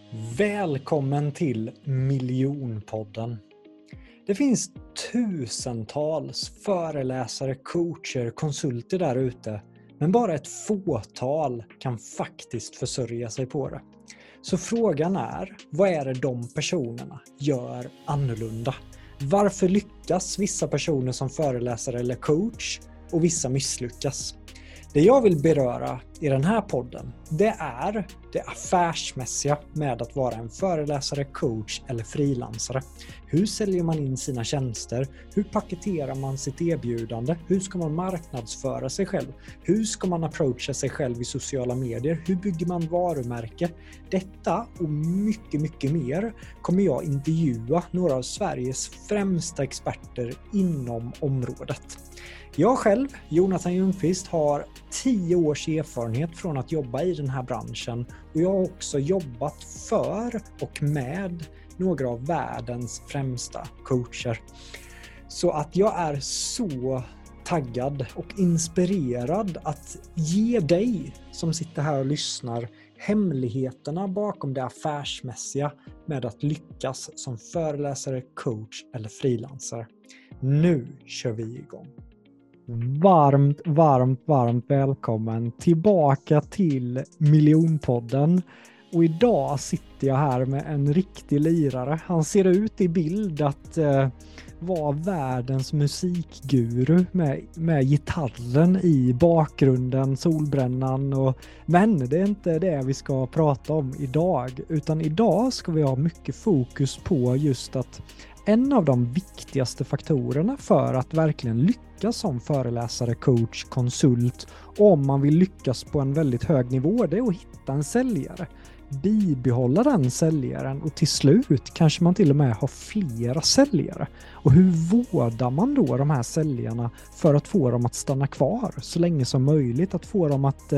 Välkommen till Miljonpodden. Det finns tusentals föreläsare, coacher, konsulter där ute, men bara ett fåtal kan faktiskt försörja sig på det. Så frågan är, vad är det de personerna gör annorlunda? Varför lyckas vissa personer som föreläsare eller coach och vissa misslyckas? Det jag vill beröra i den här podden, det är det affärsmässiga med att vara en föreläsare, coach eller frilansare. Hur säljer man in sina tjänster? Hur paketerar man sitt erbjudande? Hur ska man marknadsföra sig själv? Hur ska man approacha sig själv i sociala medier? Hur bygger man varumärke? Detta och mycket, mycket mer kommer jag intervjua några av Sveriges främsta experter inom området. Jag själv, Jonathan Ljungqvist, har 10 års erfarenhet från att jobba i den här branschen och jag har också jobbat för och med några av världens främsta coacher. Så att jag är så taggad och inspirerad att ge dig som sitter här och lyssnar hemligheterna bakom det affärsmässiga med att lyckas som föreläsare, coach eller frilansare. Nu kör vi igång. Varmt välkommen tillbaka till Miljonpodden. Och idag sitter jag här med en riktig lirare. Han ser ut i bild att vara världens musikguru med gitarren i bakgrunden, solbrännan. Men det är inte det vi ska prata om idag. Utan idag ska vi ha mycket fokus på just att en av de viktigaste faktorerna för att verkligen lyckas som föreläsare, coach, konsult och om man vill lyckas på en väldigt hög nivå, det är att hitta en säljare. Bibehålla den säljaren och till slut kanske man till och med har flera säljare. Och hur vårdar man då de här säljarna för att få dem att stanna kvar så länge som möjligt? Att få dem att...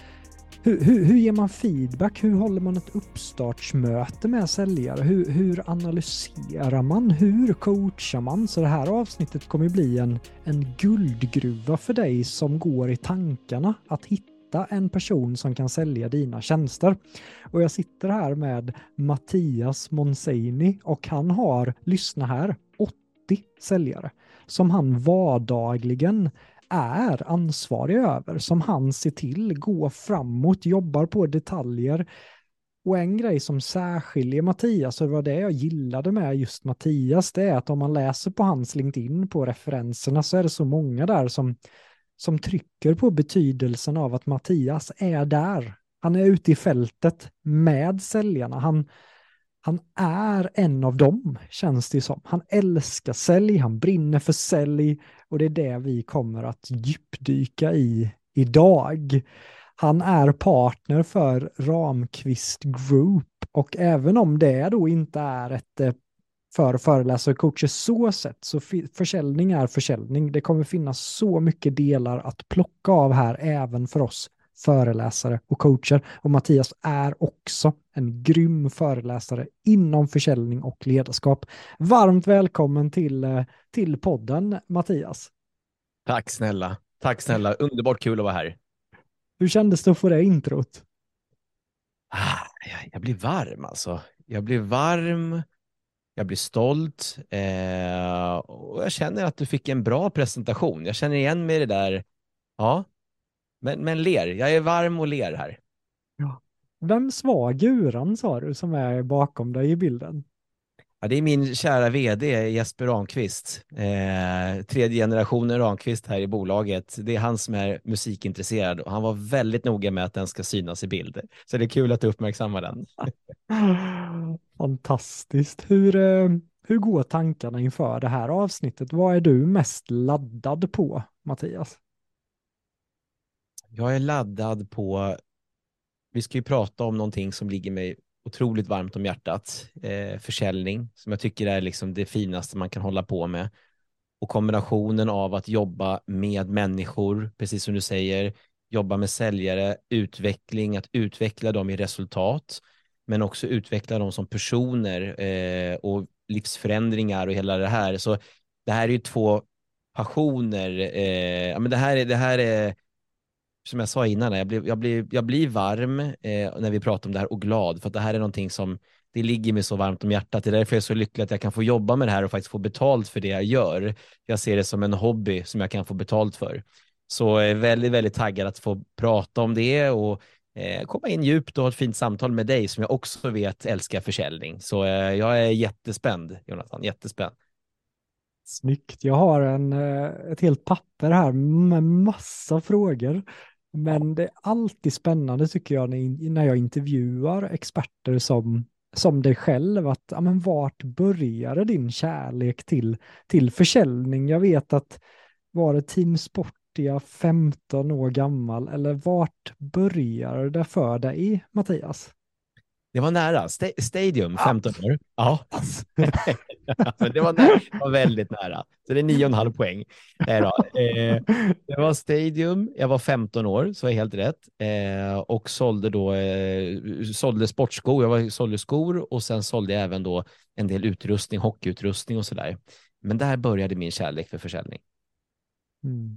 Hur ger man feedback? Hur håller man ett uppstartsmöte med säljare? Hur analyserar man? Hur coachar man? Så det här avsnittet kommer bli en guldgruva för dig som går i tankarna att hitta en person som kan sälja dina tjänster. Och jag sitter här med Mattias Monseini och han har, lyssna här, 80 säljare som han vardagligen är ansvarig över, som han ser till, går framåt, jobbar på detaljer. Och en grej som särskiljer Mattias, och det var det jag gillade med just Mattias, det är att om man läser på hans LinkedIn på referenserna så är det så många där som trycker på betydelsen av att Mattias är där. Han är ute i fältet med säljarna. Han är en av dem, känns det som. Han älskar sälj, han brinner för sälj och det är det vi kommer att djupdyka i idag. Han är partner för Ramqvist Group och även om det då inte är ett för föreläsare och coacher så sett så försäljning är försäljning. Det kommer finnas så mycket delar att plocka av här även för oss föreläsare och coacher. Och Mattias är också en grym föreläsare inom försäljning och ledarskap. Varmt välkommen till podden, Mattias. Tack snälla. Underbart kul att vara här. Hur kändes det att få det introt? Jag blir varm alltså. Jag blir stolt och jag känner att du fick en bra presentation. Jag känner igen mig i det där. Ja, men ler. Jag är varm och ler här. Ja. Vems var guran, sa du, som är bakom dig i bilden? Ja, det är min kära vd Jesper Ramqvist. Tredje generationen Ramqvist här i bolaget. Det är han som är musikintresserad och han var väldigt noga med att den ska synas i bild. Så det är kul att du uppmärksammar den. Fantastiskt. Hur går tankarna inför det här avsnittet? Vad är du mest laddad på, Mattias? Jag är laddad på... Vi ska ju prata om någonting som ligger mig otroligt varmt om hjärtat. Försäljning, som jag tycker är liksom det finaste man kan hålla på med. Och kombinationen av att jobba med människor, precis som du säger, jobba med säljare, utveckling, att utveckla dem i resultat, men också utveckla dem som personer och livsförändringar och hela det här. Så det här är ju två passioner. Ja, men det här är som jag sa innan, jag blir varm när vi pratar om det här och glad, för att det här är någonting som det ligger mig så varmt om hjärtat. Det är därför jag är så lycklig att jag kan få jobba med det här och faktiskt få betalt för det jag gör. Jag ser det som en hobby som jag kan få betalt för. Så jag är väldigt, väldigt taggad att få prata om det och komma in djupt och ha ett fint samtal med dig som jag också vet älskar försäljning. Så jag är jättespänd, Jonathan, jättespänd. Snyggt. Jag har ett helt papper här med massa frågor. Men det är alltid spännande tycker jag när jag intervjuar experter som dig själv. Att, ja, men vart började din kärlek till försäljning? Jag vet att var det Team Sportia 15 år gammal eller vart började det för dig, Mattias? Det var nära. Stadium, Ja. 15 år. Ja. Men det var nära. Det var väldigt nära. Så det är 9,5 poäng. Nej då. Det var Stadium. Jag var 15 år, så är helt rätt. Och sålde sportskor. Sålde skor och sen sålde jag även då en del utrustning, hockeyutrustning och sådär. Men där började min kärlek för försäljning. Mm.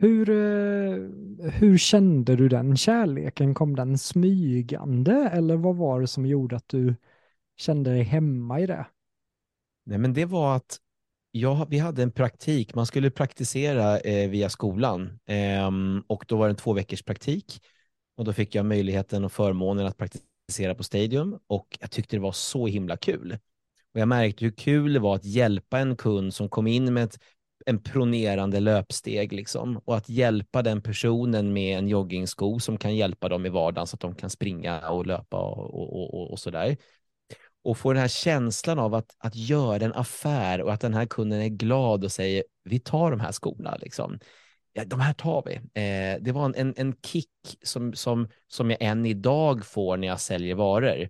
Hur kände du den kärleken? Kom den smygande eller vad var det som gjorde att du kände dig hemma i det? Nej, men det var att vi hade en praktik. Man skulle praktisera via skolan och då var det en 2 veckors praktik och då fick jag möjligheten och förmånen att praktisera på Stadium och jag tyckte det var så himla kul. Och jag märkte hur kul det var att hjälpa en kund som kom in med en pronerande löpsteg liksom, och att hjälpa den personen med en joggingsko som kan hjälpa dem i vardagen så att de kan springa och löpa och sådär. Och få den här känslan av att göra en affär och att den här kunden är glad och säger vi tar de här skorna liksom. Ja, de här tar vi. Det var en kick som jag än idag får när jag säljer varor.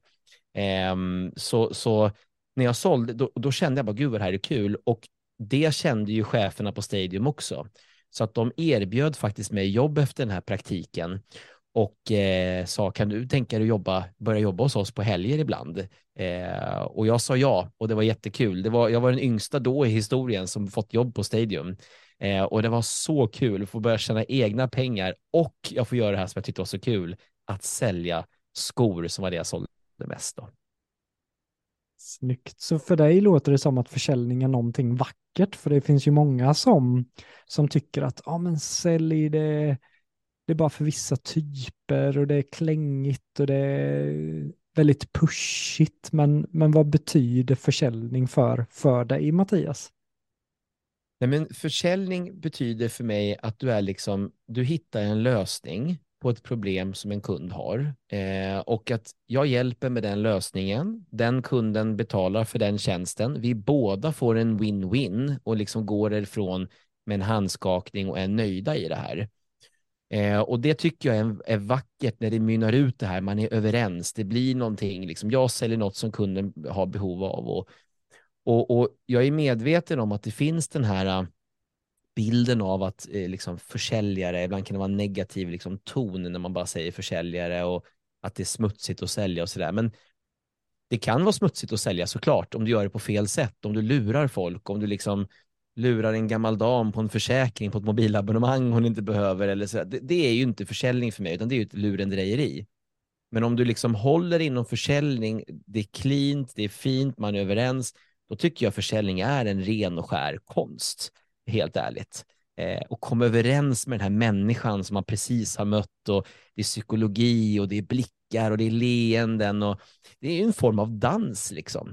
Så när jag sålde, då kände jag bara gud vad det här är kul och det kände ju cheferna på Stadium också. Så att de erbjöd faktiskt mig jobb efter den här praktiken och sa kan du tänka dig börja jobba hos oss på helger ibland? Och jag sa ja och det var jättekul. Jag var den yngsta då i historien som fått jobb på Stadium. Och det var så kul att få börja tjäna egna pengar och jag får göra det här som jag tyckte var så kul, att sälja skor som var det jag sålde mest då. Snyggt. Så för dig låter det som att försäljning är någonting vackert, för det finns ju många som tycker att ja, men sälj det är bara för vissa typer och det är klängigt och det är väldigt pushigt. Men vad betyder försäljning för dig, Mattias? Nej, men försäljning betyder för mig att du hittar en lösning på ett problem som en kund har och att jag hjälper med den lösningen. Den kunden betalar för den tjänsten. Vi båda får en win-win och liksom går ifrån med en handskakning och är nöjda i det här. Och det tycker jag är vackert när det mynnar ut det här. Man är överens. Det blir någonting. Liksom, jag säljer något som kunden har behov av och jag är medveten om att det finns den här bilden av att liksom försäljare, ibland kan det vara en negativ liksom, ton när man bara säger försäljare och att det är smutsigt att sälja och sådär. Men det kan vara smutsigt att sälja såklart om du gör det på fel sätt, om du lurar folk, om du liksom lurar en gammal dam på en försäkring på ett mobilabonnemang hon inte behöver eller så. Det är ju inte försäljning för mig utan det är ju ett lurendrejeri. Men om du liksom håller inom försäljning, det är cleant, det är fint, man är överens, då tycker jag försäljning är en ren och skär konst, helt ärligt. Och komma överens med den här människan som man precis har mött och det är psykologi och det är blickar och det är leenden och det är ju en form av dans liksom.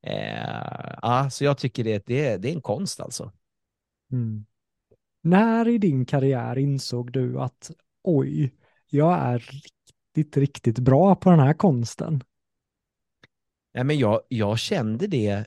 Så jag tycker det är en konst alltså. Mm. När i din karriär insåg du att oj, jag är riktigt bra på den här konsten? Ja, men jag kände det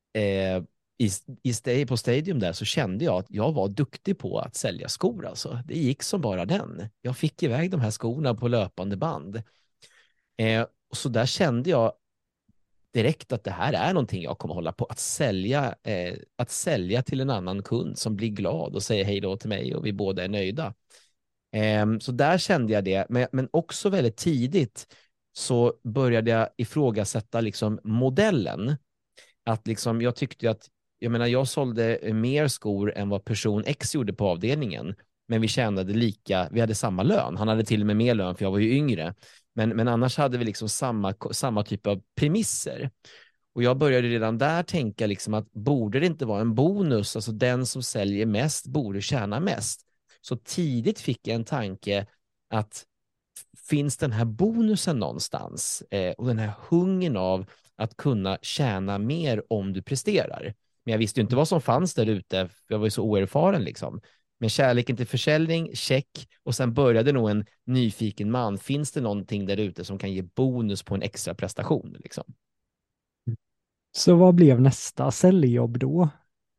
på Stadium där så kände jag att jag var duktig på att sälja skor alltså. Det gick som bara den. Jag fick iväg de här skorna på löpande band. Och så där kände jag direkt att det här är någonting jag kommer hålla på att sälja till en annan kund som blir glad och säger hej då till mig och vi båda är nöjda. Så där kände jag det, men också väldigt tidigt så började jag ifrågasätta liksom modellen. Att liksom, jag tyckte att jag sålde mer skor än vad person X gjorde på avdelningen. men vi tjänade lika, vi hade samma lön. Han hade till och med mer lön för jag var ju yngre. Men annars hade vi liksom samma typ av premisser. Och jag började redan där tänka liksom att borde det inte vara en bonus, alltså den som säljer mest borde tjäna mest. Så tidigt fick jag en tanke att finns den här bonusen någonstans och den här hungern av att kunna tjäna mer om du presterar. Men jag visste ju inte vad som fanns där ute, för jag var ju så oerfaren liksom. Men kärleken till försäljning, check. Och sen började nog en nyfiken man. Finns det någonting där ute som kan ge bonus på en extra prestation? Liksom? Så vad blev nästa säljjobb då?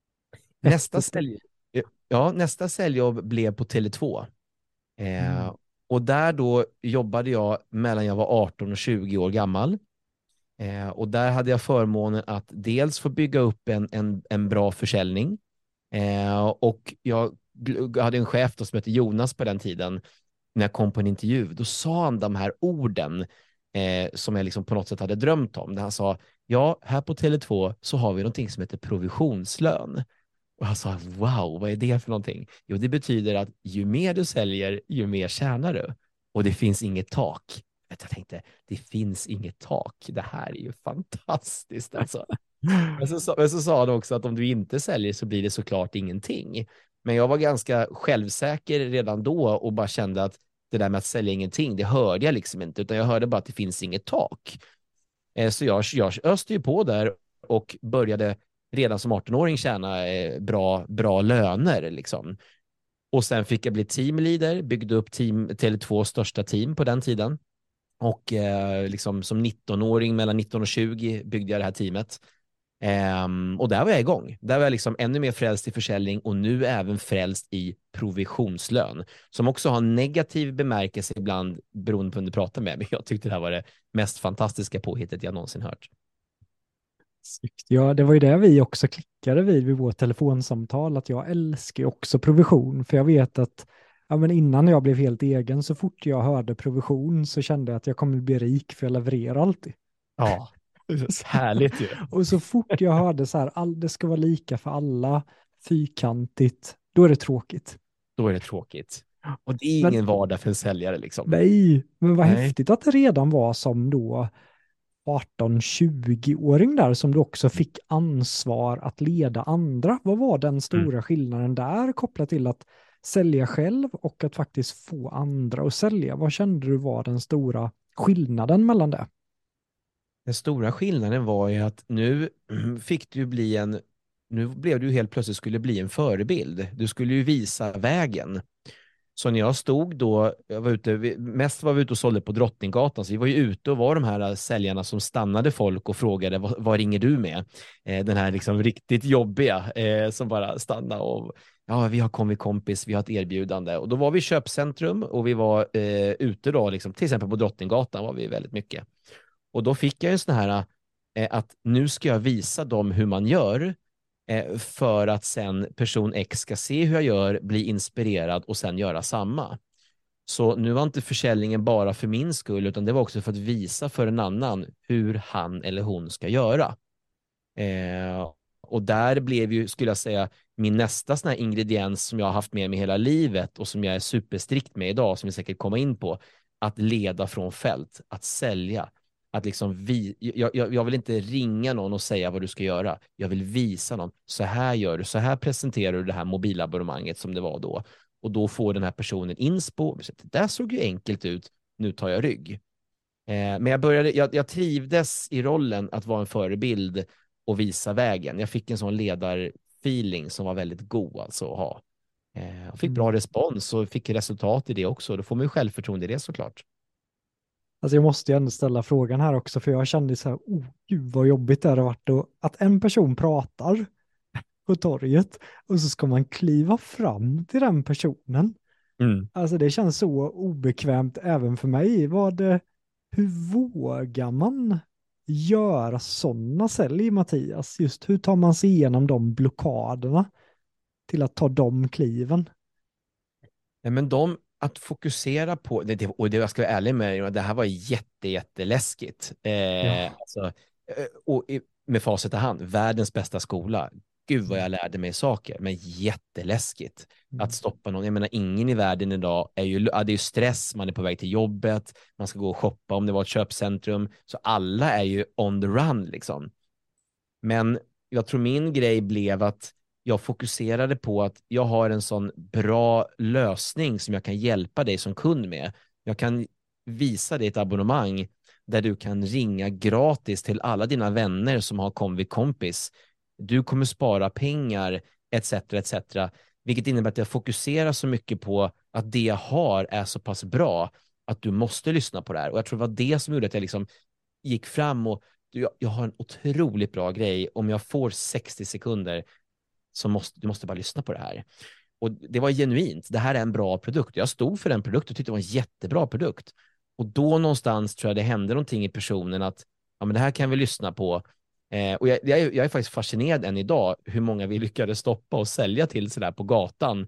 Nästa säljjobb blev på Tele2. Och där då jobbade jag mellan jag var 18 och 20 år gammal. Och där hade jag förmånen att dels få bygga upp en bra försäljning. Och jag hade en chef då som hette Jonas på den tiden. När jag kom på en intervju, då sa han de här orden som jag liksom på något sätt hade drömt om. Där han sa, ja, här på Tele2 så har vi någonting som heter provisionslön. Och jag sa, wow, vad är det för någonting? Jo, det betyder att ju mer du säljer, ju mer tjänar du. Och det finns inget tak. Jag tänkte, det finns inget tak. Det här är ju fantastiskt alltså. Men så sa han också att om du inte säljer så blir det såklart ingenting. Men jag var ganska självsäker redan då och bara kände att det där med att sälja ingenting, det hörde jag liksom inte, utan jag hörde bara att det finns inget tak. Så jag öste ju på där och började redan som 18-åring tjäna bra löner liksom. Och sen fick jag bli teamleader, byggde upp Tele2 största team på den tiden. Och liksom som 19-åring, mellan 19 och 20 byggde jag det här teamet. Och där var jag igång. Där var jag liksom ännu mer frälst i försäljning och nu även frälst i provisionslön. Som också har en negativ bemärkelse ibland beroende på vem du pratar med. Men jag tyckte det här var det mest fantastiska påhittet jag någonsin hört. Ja, det var ju det vi också klickade vid vårt telefonsamtal, att jag älskar också provision, för jag vet att men innan jag blev helt egen, så fort jag hörde provision så kände jag att jag kommer bli rik, för jag levererar alltid. Ja, härligt ju. Och så fort jag hörde så här, det ska vara lika för alla, fyrkantigt, då är det tråkigt. Då är det tråkigt. Och det är ingen vardag för en säljare liksom. Nej, men vad häftigt att det redan var som då 18-20-åring där som du också fick ansvar att leda andra. Vad var den stora skillnaden där kopplat till att sälja själv och att faktiskt få andra att sälja? Vad kände du var den stora skillnaden mellan det? Den stora skillnaden var ju att nu blev du helt plötsligt skulle bli en förebild. Du skulle ju visa vägen. Så när jag stod då, mest var vi ute och sålde på Drottninggatan, så vi var ju ute och var de här säljarna som stannade folk och frågade, vad ringer du med? Den här liksom riktigt jobbiga som bara stannade och ja, vi har kommit kompis, vi har ett erbjudande. Och då var vi i köpcentrum och vi var ute då, liksom, till exempel på Drottninggatan var vi väldigt mycket. Och då fick jag en sån här att nu ska jag visa dem hur man gör för att sen person X ska se hur jag gör, bli inspirerad och sen göra samma. Så nu var inte försäljningen bara för min skull, utan det var också för att visa för en annan hur han eller hon ska göra. Och där blev ju, skulle jag säga, min nästa sån här ingrediens som jag har haft med mig hela livet och som jag är superstrikt med idag, som vi säkert kommer in på, att leda från fält, att sälja. Att liksom jag vill inte ringa någon och säga vad du ska göra. Jag vill visa någon. Så här gör du. Så här presenterar du det här mobilabonnemanget som det var då. Och då får den här personen inspo. Det där såg ju enkelt ut. Nu tar jag rygg. Men jag trivdes i rollen att vara en förebild och visa vägen. Jag fick en sån ledarfeeling som var väldigt god alltså att ha. Jag fick bra respons och fick resultat i det också. Då får man ju självförtroende i det såklart. Alltså jag måste ju ändå ställa frågan här också, för jag kände så här, gud vad jobbigt det har varit då, att en person pratar på torget och så ska man kliva fram till den personen. Alltså det känns så obekvämt även för mig. Hur vågar man göra sådana sälj, Mattias? Just hur tar man sig igenom de blockaderna till att ta de kliven? Ja, men att fokusera på, och det jag ska vara ärlig med, det här var jätteläskigt. Alltså, och med facit i hand, världens bästa skola. gud vad jag lärde mig saker, men jätteläskigt att Mm. stoppa någon. Jag menar, ingen i världen idag är ju, det är ju stress, man är på väg till jobbet, man ska gå och shoppa om det var ett köpcentrum, så alla är ju on the run liksom. Men jag tror min grej blev att jag fokuserade på att jag har en sån bra lösning som jag kan hjälpa dig som kund med. Jag kan visa dig ett abonnemang där du kan ringa gratis till alla dina vänner som har Comviq kompis. Du kommer spara pengar, etc. etc. Vilket innebär att jag fokuserar så mycket på att det jag har är så pass bra att du måste lyssna på det här. Och jag tror det var det som gjorde att jag liksom gick fram och jag har en otroligt bra grej. Om jag får 60 sekunder så du måste bara lyssna på det här. Och det var genuint. Det här är en bra produkt. Jag stod för den produkten och tyckte det var en jättebra produkt. Och då någonstans tror jag det hände någonting i personen att ja, men det här kan vi lyssna på. Och jag är faktiskt fascinerad än idag hur många vi lyckades stoppa och sälja till sådär på gatan.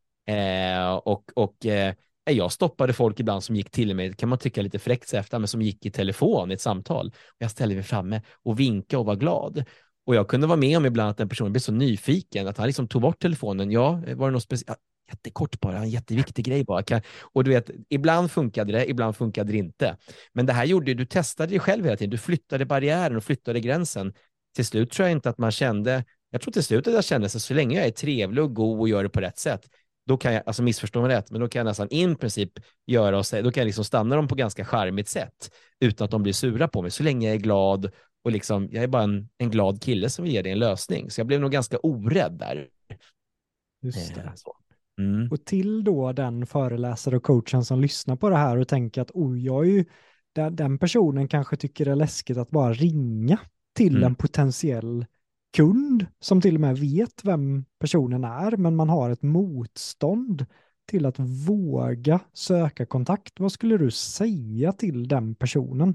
Jag stoppade folk ibland som gick till mig, kan man tycka lite fräckt så efter, men som gick i telefon i ett samtal. Och jag ställde mig framme och vinkade och var glad. Och jag kunde vara med om ibland att den personen blev så nyfiken att han liksom tog bort telefonen. Ja, var det något speciellt? Jättekort bara, en jätteviktig grej bara. Och du vet, ibland funkade det, ibland funkade det inte. Men det här gjorde du testade dig själv hela tiden. Du flyttade barriären och flyttade gränsen. Till slut tror jag inte att man kände, jag tror till slut att jag kände så länge jag är trevlig och god och gör det på rätt sätt, då kan jag, alltså missförstå mig rätt, men då kan jag nästan i princip göra och säga, då kan jag liksom stanna dem på ganska charmigt sätt utan att de blir sura på mig, så länge jag är glad och liksom, jag är bara en glad kille som vill ge dig en lösning. Så jag blev nog ganska orädd där. Just det. Så. Mm. Och till då den föreläsare och coachen som lyssnar på det här och tänker att jag är ju, den personen kanske tycker det är läskigt att bara ringa till en potentiell kund som till och med vet vem personen är, men man har ett motstånd till att våga söka kontakt. Vad skulle du säga till den personen?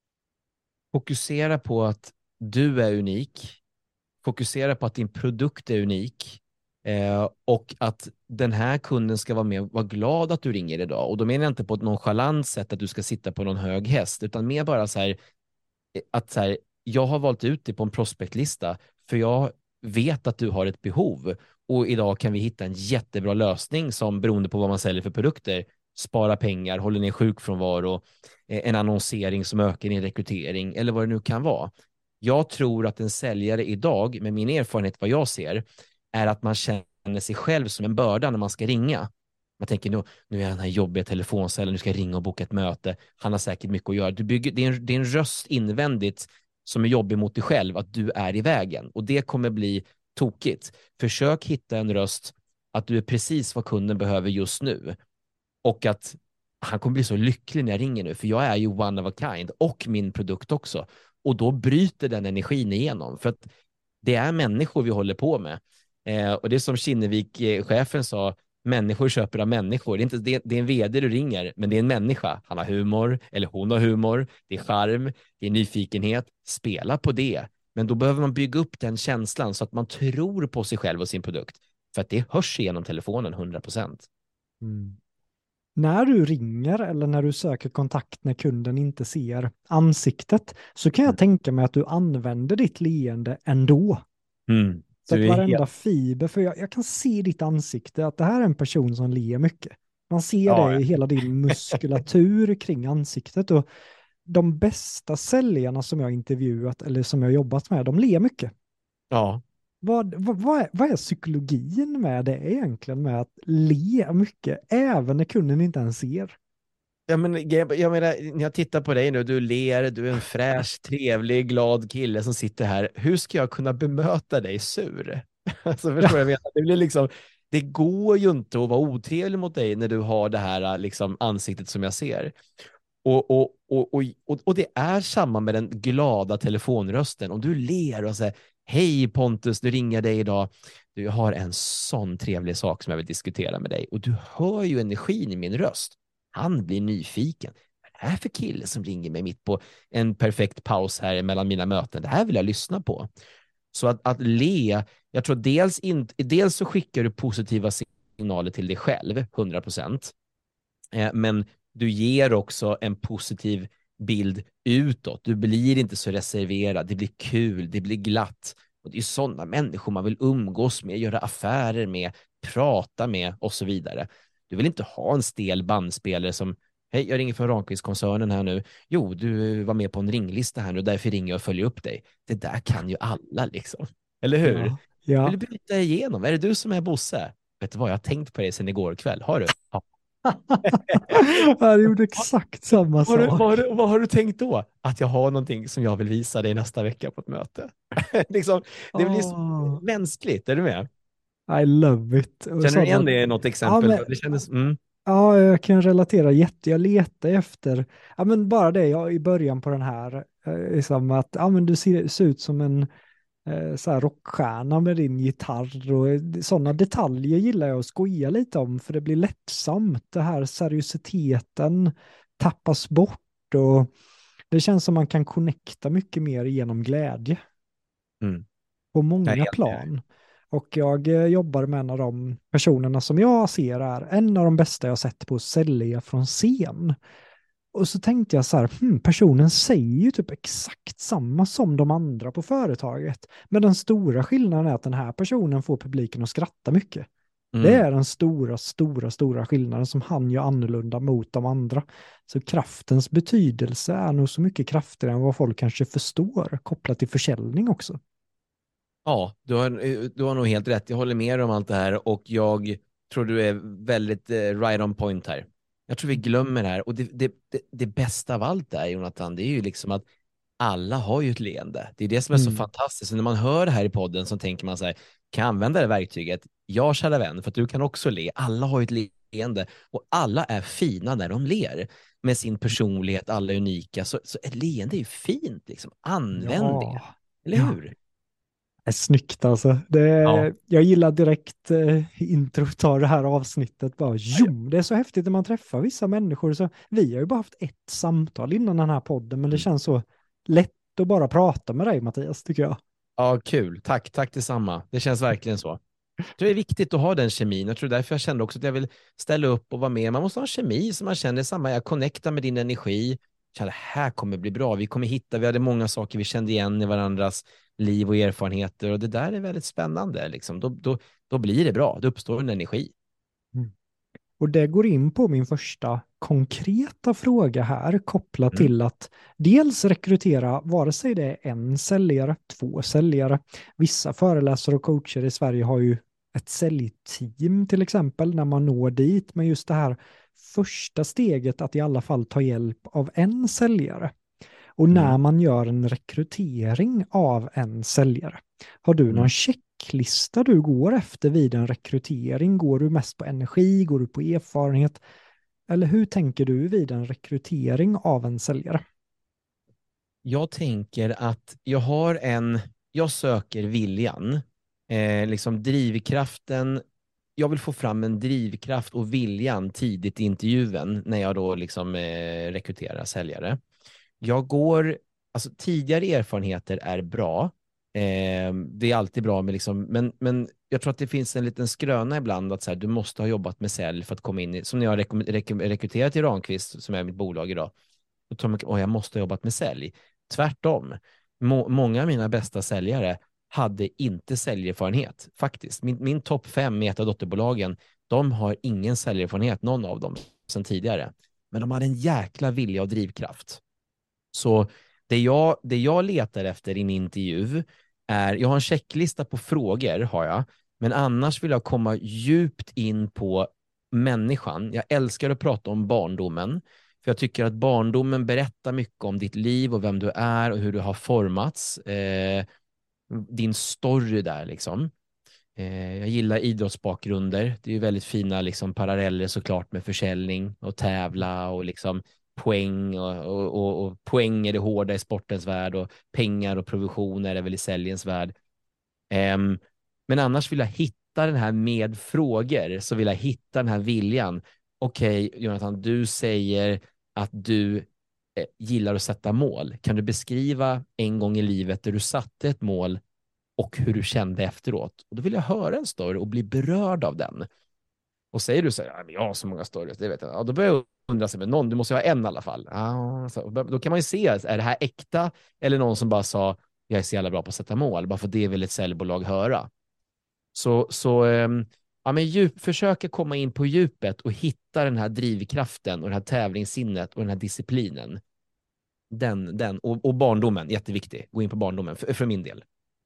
Fokusera på att du är unik. Fokusera på att din produkt är unik. Och att den här kunden ska vara med och vara glad att du ringer idag. Och då menar jag inte på ett nonchalant sätt att du ska sitta på någon hög häst, utan mer bara så här, att så här, jag har valt ut dig på en prospektlista för jag vet att du har ett behov och idag kan vi hitta en jättebra lösning som, beroende på vad man säljer för produkter, spara pengar, håller ner sjukfrånvaro, en annonsering som ökar din rekrytering eller vad det nu kan vara. Jag tror att en säljare idag, med min erfarenhet vad jag ser, är att man känner sig själv som en börda när man ska ringa. Man tänker nu är den här jobbiga telefonsäljaren, nu ska jag ringa och boka ett möte. Han har säkert mycket att göra. Det är en röst invändigt som är jobbig mot dig själv, att du är i vägen. Och det kommer bli tokigt. Försök hitta en röst att du är precis vad kunden behöver just nu. Och att han kommer bli så lycklig när jag ringer nu, för jag är ju one of a kind och min produkt också. Och då bryter den energin igenom. För att det är människor vi håller på med. Och det är som Kinnevik-chefen sa, människor köper av människor. Det är en vd du ringer, men det är en människa. Han har humor, eller hon har humor. Det är charm, det är nyfikenhet. Spela på det. Men då behöver man bygga upp den känslan så att man tror på sig själv och sin produkt. För att det hörs genom telefonen 100%. Mm. När du ringer eller när du söker kontakt när kunden inte ser ansiktet så kan jag tänka mig att du använder ditt leende ändå. Mm. Så att varenda fiber, för jag kan se i ditt ansikte att det här är en person som ler mycket. Man ser det i hela din muskulatur kring ansiktet, och de bästa säljarna som jag intervjuat eller som jag jobbat med, de ler mycket. Ja. Vad är psykologin med det egentligen, med att le mycket även när kunden inte ens ser? Jag menar, när jag tittar på dig nu, du ler, du är en fräsch, trevlig, glad kille som sitter här. Hur ska jag kunna bemöta dig sur? Alltså, förstår jag menar? Det blir liksom, det går ju inte att vara otrevlig mot dig när du har det här liksom, ansiktet som jag ser. Och det är samma med den glada telefonrösten. Om du ler och säger, hej Pontus, nu ringer jag dig idag. Du, jag har en sån trevlig sak som jag vill diskutera med dig. Och du hör ju energin i min röst. Han blir nyfiken. Vad är det här för kille som ringer mig mitt på en perfekt paus här mellan mina möten? Det här vill jag lyssna på. Så att le, jag tror dels så skickar du positiva signaler till dig själv, 100%. Men du ger också en positiv bild utåt. Du blir inte så reserverad. Det blir kul, det blir glatt. Och det är ju sådana människor man vill umgås med, göra affärer med, prata med och så vidare. Du vill inte ha en stel bandspelare som hej, jag ringer från Ramqvist-koncernen här nu. Jo, du var med på en ringlista här nu, därför ringer jag och följer upp dig. Det där kan ju alla liksom. Eller hur? Ja, ja. Vill du bryta igenom? Är det du som är Bosse? Vet du vad, jag har tänkt på det sedan igår kväll. Har du? Ja. Jag gjorde exakt samma sak. Vad har du tänkt då? Att jag har någonting som jag vill visa dig nästa vecka på ett möte. Liksom, det blir så mänskligt, är du med? I love it. Känner du igen det i något exempel? Ja, men, Det kändes, ja, jag kan relatera Jag letar efter, ja men bara det jag i början på den här, liksom att ja men du ser ut som en så här rockstjärna med din gitarr och sådana detaljer gillar jag att skoja lite om för det blir lättsamt. Det här seriositeten tappas bort och det känns som man kan connecta mycket mer genom glädje på många plan. Och jag jobbar med en av de personerna som jag ser är en av de bästa jag sett på att sälja från scen. Och så tänkte jag så här, personen säger ju typ exakt samma som de andra på företaget. Men den stora skillnaden är att den här personen får publiken att skratta mycket. Det är den stora skillnaden som han gör annorlunda mot de andra. Så kraftens betydelse är nog så mycket kraftigare än vad folk kanske förstår kopplat till försäljning också. Ja, du har nog helt rätt. Jag håller med om allt det här och jag tror du är väldigt right on point här. Jag tror vi glömmer det här och det bästa av allt är, Jonathan, det är ju liksom att alla har ju ett leende. Det är det som är så fantastiskt. Och när man hör det här i podden så tänker man så här, kan jag använda det verktyget? Ja, kära vän, för att du kan också le. Alla har ju ett leende och alla är fina när de ler med sin personlighet. Alla är unika. Så ett leende är ju fint, liksom. Använd det. Eller hur? Det är snyggt alltså. Jag gillar direkt introt av det här avsnittet. Bara, det är så häftigt när man träffar vissa människor. Så, vi har ju bara haft ett samtal innan den här podden, men det känns så lätt att bara prata med dig, Mattias, tycker jag. Ja, kul. Tack detsamma. Det känns verkligen så. Jag tror det är viktigt att ha den kemin. Jag tror därför jag kände också att jag vill ställa upp och vara med. Man måste ha en kemi som man känner samma. Jag connectar med din energi. Det här kommer bli bra. Vi hade många saker vi kände igen i varandras liv och erfarenheter och det där är väldigt spännande. Liksom. Då blir det bra. Det uppstår en energi. Och det går in på min första konkreta fråga här kopplat till att dels rekrytera vare sig det är en säljare, 2 säljare. Vissa föreläsare och coacher i Sverige har ju ett säljteam till exempel när man når dit. Men just det här första steget att i alla fall ta hjälp av en säljare. Och när man gör en rekrytering av en säljare, har du någon checklista du går efter vid en rekrytering? Går du mest på energi? Går du på erfarenhet? Eller hur tänker du vid en rekrytering av en säljare? Jag tänker att jag söker viljan, liksom drivkraften. Jag vill få fram en drivkraft och viljan tidigt i intervjun när jag då liksom rekryterar säljare. Tidigare erfarenheter är bra. Det är alltid bra med liksom, men jag tror att det finns en liten skröna ibland att så här, du måste ha jobbat med sälj för att komma in i, som när jag rekryterat till Ramqvist som är mitt bolag idag. Då tror man, jag måste ha jobbat med sälj. Tvärtom. Många av mina bästa säljare hade inte säljerfarenhet faktiskt. Min topp 5 i ett av dotterbolagen, de har ingen säljerfarenhet, någon av dem sedan tidigare. Men de hade en jäkla vilja och drivkraft. Så det jag letar efter i en intervju är, jag har en checklista på frågor har jag, men annars vill jag komma djupt in på människan. Jag älskar att prata om barndomen, för jag tycker att barndomen berättar mycket om ditt liv och vem du är och hur du har formats. Din story där liksom. Jag gillar idrottsbakgrunder. Det är ju väldigt fina liksom, paralleller såklart med försäljning och tävla och liksom poäng och poäng är det hårda i sportens värld och pengar och provisioner är väl i säljens värld. Men annars vill jag hitta den här med frågor, så vill jag hitta den här viljan. Okej, Jonathan, du säger att du gillar att sätta mål. Kan du beskriva en gång i livet där du satte ett mål och hur du kände efteråt? Och då vill jag höra en story och bli berörd av den. Och säger du så här, jag har så många stories, det vet jag. Ja, då börjar jag undra sig, men du måste ha en i alla fall. Då kan man ju se, är det här äkta? Eller någon som bara sa, jag är så jävla bra på att sätta mål, bara för det vill ett säljbolag höra. Ja, men försöka komma in på djupet och hitta den här drivkraften och det här tävlingssinnet och den här disciplinen. Och barndomen, jätteviktig. Gå in på barndomen, för min del.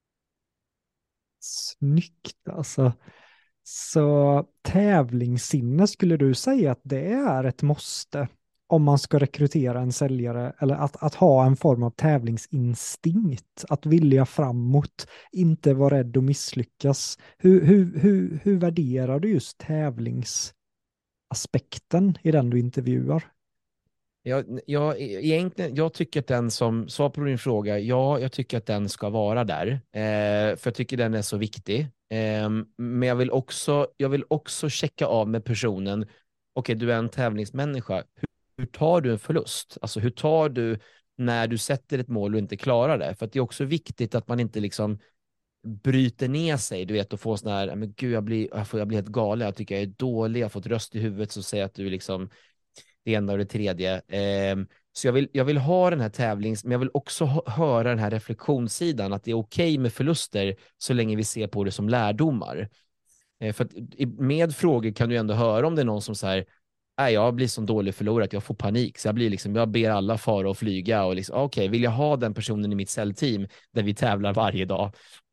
Snyggt alltså. Så tävlingssinne, skulle du säga att det är ett måste om man ska rekrytera en säljare, eller att ha en form av tävlingsinstinkt, att vilja framåt, inte vara rädd att misslyckas. Hur värderar du just tävlingsaspekten i den du intervjuar? Jag tycker att den som svar på din fråga, jag tycker att den ska vara där. För jag tycker den är så viktig. Men jag vill också checka av med personen. Okej, du är en tävlingsmänniska. Hur tar du en förlust? Alltså hur tar du när du sätter ett mål och inte klarar det? För att det är också viktigt att man inte liksom bryter ner sig, du vet, och får sån här, men gud, jag blir helt galen, jag tycker jag är dålig, jag har fått röst i huvudet som säger att du är liksom det ena och det tredje. Så jag vill ha den här men jag vill också höra den här reflektionssidan, att det är okej med förluster så länge vi ser på det som lärdomar. För att med frågor kan du ändå höra om det är någon som säger, nej, jag blir så dålig förlorare att jag får panik, så jag ber alla fara och flyga och liksom, okej, vill jag ha den personen i mitt säljteam där vi tävlar varje dag?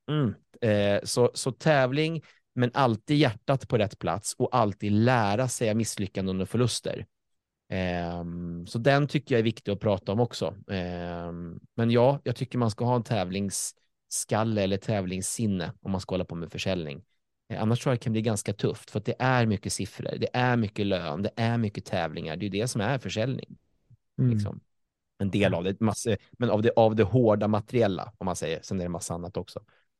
Så tävling, men alltid hjärtat på rätt plats och alltid lära sig av misslyckanden och förluster. Så den tycker jag är viktig att prata om också. Men ja, jag tycker man ska ha en tävlingsskalle eller tävlingssinne om man ska hålla på med försäljning. Annars tror jag det kan bli ganska tufft, för att det är mycket siffror, det är mycket lön, det är mycket tävlingar. Det är det som är försäljning. Liksom. En del av det, men av det hårda materiella, om man säger. Sen är det massa annat också.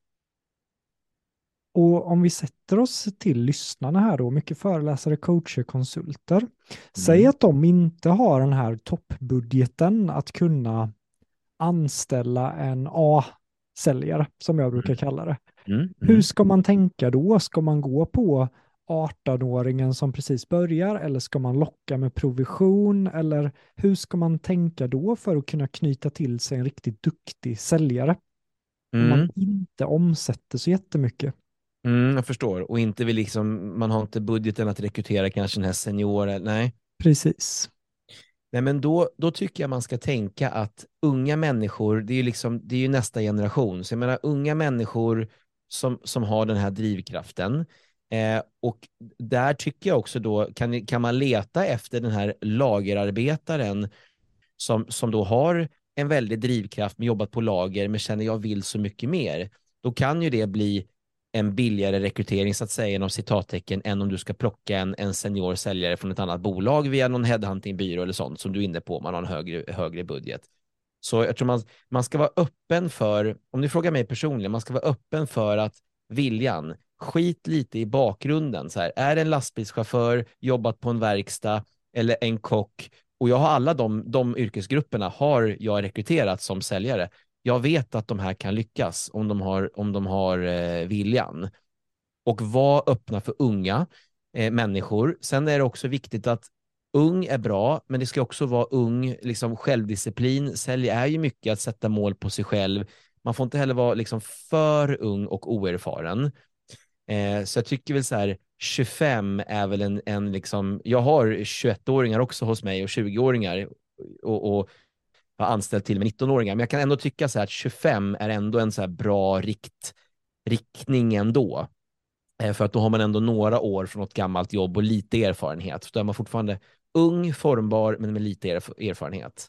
Och om vi sätter oss till lyssnarna här då, mycket föreläsare, coacher, konsulter. Säg att de inte har den här toppbudgeten att kunna anställa en A-säljare, som jag brukar kalla det. Hur ska man tänka då? Ska man gå på 18-åringen som precis börjar, eller ska man locka med provision, eller hur ska man tänka då för att kunna knyta till sig en riktigt duktig säljare? Om man inte omsätter så jättemycket. Jag förstår. Och inte vill liksom, man har inte budgeten att rekrytera kanske den här senioren. Nej. Precis. Nej, men då tycker jag man ska tänka att unga människor, det är ju nästa generation. Så jag menar, unga människor som har den här drivkraften. Och där tycker jag också då, kan man leta efter den här lagerarbetaren som då har en väldig drivkraft med jobbat på lager, men känner jag vill så mycket mer. Då kan ju det bli en billigare rekrytering, så att säga, inom citattecken, än om du ska plocka en senior säljare från ett annat bolag via någon headhuntingbyrå eller sånt som du är inne på, om man har en högre budget. Så jag tror man ska vara öppen för, om ni frågar mig personligen, man ska vara öppen för att viljan, skit lite i bakgrunden. Så här, är det en lastbilschaufför, jobbat på en verkstad eller en kock, och jag har alla de yrkesgrupperna har jag rekryterat som säljare. Jag vet att de här kan lyckas om de har viljan. Och var öppna för unga människor. Sen är det också viktigt att ung är bra, men det ska också vara ung, liksom självdisciplin. Sälj är ju mycket att sätta mål på sig själv. Man får inte heller vara liksom för ung och oerfaren. Så jag tycker väl så här, 25 är väl en liksom, jag har 21-åringar också hos mig och 20-åringar och har anställt till med 19-åringar, men jag kan ändå tycka så här att 25 är ändå en så här bra riktning ändå. För att då har man ändå några år från något gammalt jobb och lite erfarenhet. Så då är man fortfarande ung, formbar, men med lite erfarenhet.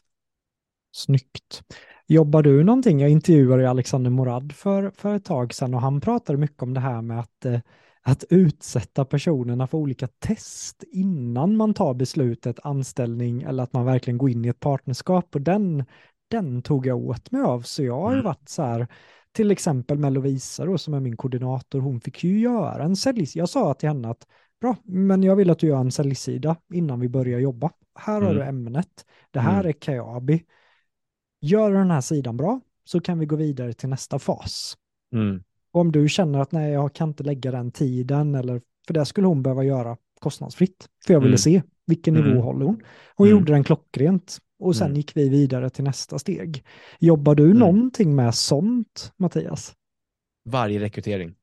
Snyggt. Jobbar du någonting? Jag intervjuade Alexander Morad för ett tag sedan, och han pratade mycket om det här med att utsätta personerna för olika test innan man tar beslutet, anställning, eller att man verkligen går in i ett partnerskap. Och den tog jag åt mig av. Så jag har ju varit så här, till exempel med Lovisa då, som är min koordinator, hon fick ju göra en säljsida. Jag sa till henne att bra, men jag vill att du gör en säljsida innan vi börjar jobba. Här har du ämnet. Det här är Kajabi. Gör den här sidan bra så kan vi gå vidare till nästa fas. Och om du känner att nej, jag kan inte lägga den tiden, eller för det skulle hon behöva göra kostnadsfritt. För jag ville se vilken nivå håller hon. Hon gjorde den klockrent. Och sen gick vi vidare till nästa steg. Jobbar du någonting med sånt, Mattias? Varje rekrytering.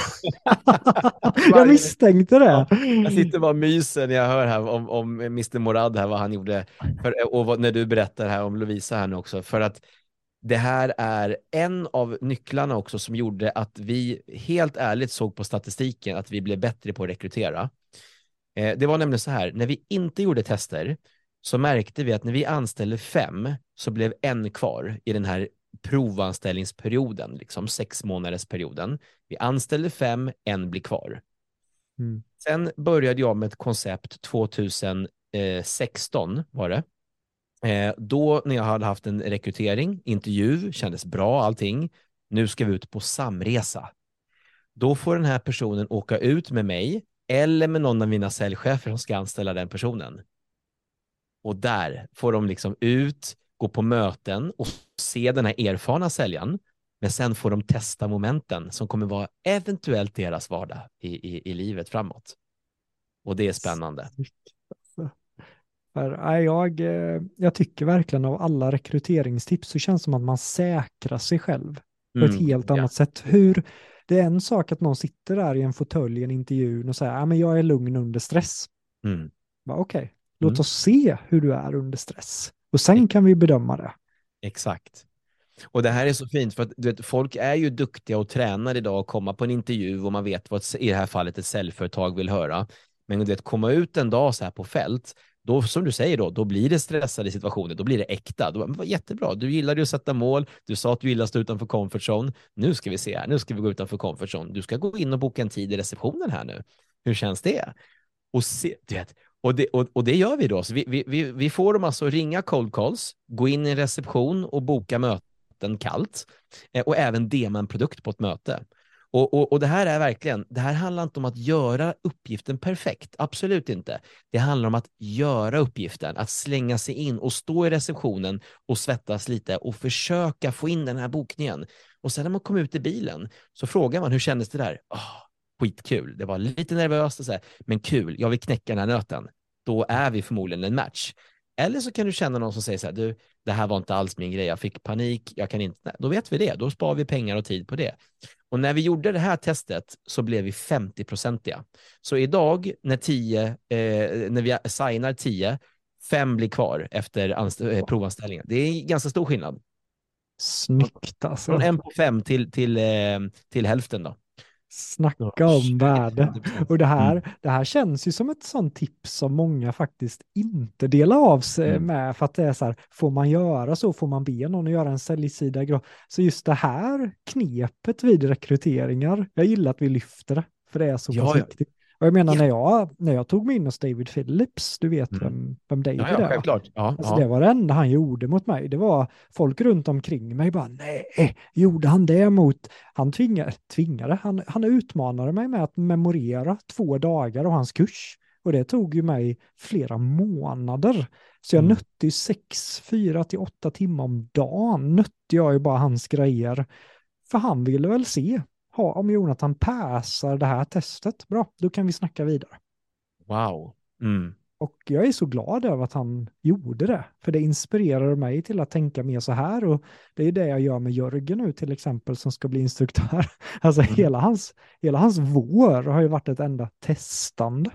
Jag misstänkte det. Ja, jag sitter bara och myser när jag hör här om Mr. Morad här, vad han gjorde. Och när du berättar här om Lovisa här nu också. För att det här är en av nycklarna också som gjorde att vi helt ärligt såg på statistiken att vi blev bättre på att rekrytera. Det var nämligen så här, när vi inte gjorde tester så märkte vi att när vi anställde 5 så blev en kvar i den här provanställningsperioden, liksom 6 månaders perioden. Vi anställde 5, en blir kvar. Sen började jag med ett koncept 2016 var det. Då när jag hade haft en rekrytering, intervju, kändes bra allting. Nu ska vi ut på samresa. Då får den här personen åka ut med mig eller med någon av mina säljchefer som ska anställa den personen. Och där får de liksom ut, gå på möten och se den här erfarna säljaren. Men sen får de testa momenten som kommer vara eventuellt deras vardag i livet framåt. Och det är spännande. Jag tycker verkligen av alla rekryteringstips så känns det som att man säkrar sig själv på ett helt annat sätt. Det är en sak att någon sitter där i en fåtölj i en intervju och säger men jag är lugn under stress. Okej, låt oss se hur du är under stress. Och sen kan vi bedöma det. Exakt. Och det här är så fint för att du vet, folk är ju duktiga och tränar idag att komma på en intervju och man vet vad i det här fallet ett säljföretag vill höra. Men du vet, komma ut en dag så här på fält, då som du säger då blir det stressade situationer, då blir det äkta. Då var jättebra, du gillade att sätta mål, du sa att du gillar att stå utanför comfort zone. Nu ska vi se här, nu ska vi gå utanför comfort zone. Du ska gå in och boka en tid i receptionen här nu. Hur känns det? Och se, du vet, och det gör vi då. Så vi får dem alltså ringa cold calls, gå in i en reception och boka möten kallt och även dema en produkt på ett möte. Och det här är verkligen, det här handlar inte om att göra uppgiften perfekt, absolut inte. Det handlar om att göra uppgiften, att slänga sig in och stå i receptionen och svettas lite och försöka få in den här bokningen. Och sen när man kommer ut i bilen så frågar man, hur kändes det där? Skitkul, det var lite nervöst och så här, men kul, jag vill knäcka den här nöten. Då är vi förmodligen en match. Eller så kan du känna någon som säger så här, du, det här var inte alls min grej, jag fick panik, jag kan inte, då vet vi det, då sparar vi pengar och tid på det. Och när vi gjorde det här testet så blev vi 50-procentiga. Så idag när vi signar 10, 5 blir kvar efter provanställningen. Det är ganska stor skillnad. Snyggt alltså. Från 1 på 5 till hälften då. Snacka om värde. Och det här känns ju som ett sånt tips som många faktiskt inte delar av sig med, för att det är så här, får man göra så, får man be någon att göra en säljsida. Så just det här knepet vid rekryteringar, jag gillar att vi lyfter det, för det är så pass viktigt. Och jag menar, när jag tog mig in hos David Phillips, du vet vem David är. Självklart. Alltså, det var det enda han gjorde mot mig. Det var folk runt omkring mig bara, nej, gjorde han det mot... Han tvingade. Han utmanade mig med att memorera 2 dagar av hans kurs. Och det tog ju mig flera månader. Så jag nötte ju 4 till 8 timmar om dagen. Nötte jag ju bara hans grejer. För han ville väl se. Om Jonathan passar det här testet, bra, då kan vi snacka vidare. Wow. Och jag är så glad över att han gjorde det, för det inspirerade mig till att tänka mer så här, och det är det jag gör med Jörgen nu till exempel, som ska bli instruktör. Alltså hela hans vår har ju varit ett enda testande.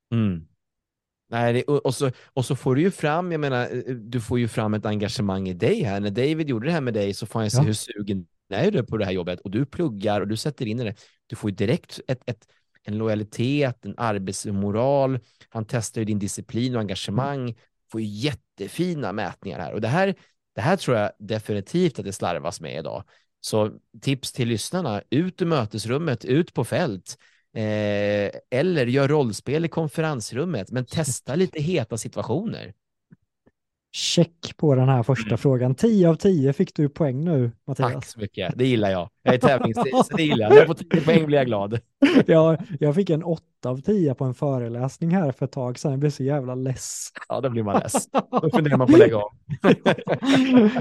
Nej, och så får du ju fram, jag menar, du får ju fram ett engagemang i dig här. När David gjorde det här med dig så får jag se hur sugen är du på det här jobbet, och du pluggar och du sätter in i det. Du får ju direkt en lojalitet, en arbetsmoral. Han testar ju din disciplin och engagemang. Får ju jättefina mätningar här. Och det här tror jag definitivt att det slarvas med idag. Så tips till lyssnarna, ut ur mötesrummet, ut på fält. Eller gör rollspel i konferensrummet, men testa lite heta situationer. Check på den här första frågan. 10 av 10 fick du poäng nu, Mattias. Tack så mycket, det gillar jag. Jag är tävlingstid, så det gillar jag. När jag får 10 poäng blir jag glad. Jag fick en 8 av 10 på en föreläsning här för ett tag sedan. Jag blev så jävla less. Ja, då blir man less. Då funderar man på att lägga av.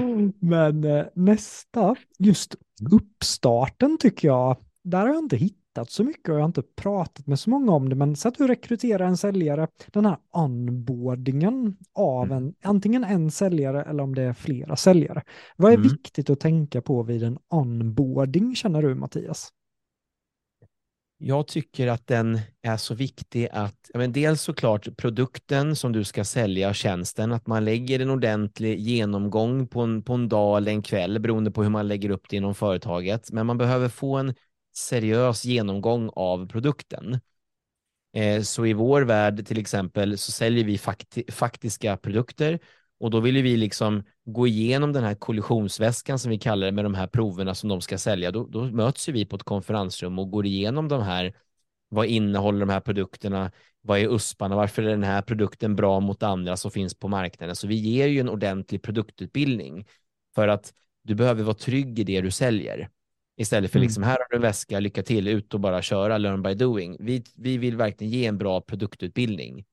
Men nästa, just uppstarten tycker jag, där har jag inte hittat tittat så mycket och jag har inte pratat med så många om det, men så att du rekryterar en säljare, den här onboardingen av antingen en säljare eller om det är flera säljare. Vad är viktigt att tänka på vid en onboarding, känner du, Mattias? Jag tycker att den är så viktig att, dels såklart produkten som du ska sälja, tjänsten, att man lägger en ordentlig genomgång på en dag eller en kväll, beroende på hur man lägger upp det inom företaget. Men man behöver få en seriös genomgång av produkten. Så i vår värld till exempel så säljer vi faktiska produkter, och då vill vi liksom gå igenom den här kollisionsväskan som vi kallar det, med de här proverna som de ska sälja. Då möts vi på ett konferensrum och går igenom de här. Vad innehåller de här produkterna? Vad är USParna? Varför är den här produkten bra mot andra som finns på marknaden? Så vi ger ju en ordentlig produktutbildning för att du behöver vara trygg i det du säljer. Istället för liksom, här har du en väska, lycka till, ut och bara köra, learn by doing. Vi vill verkligen ge en bra produktutbildning.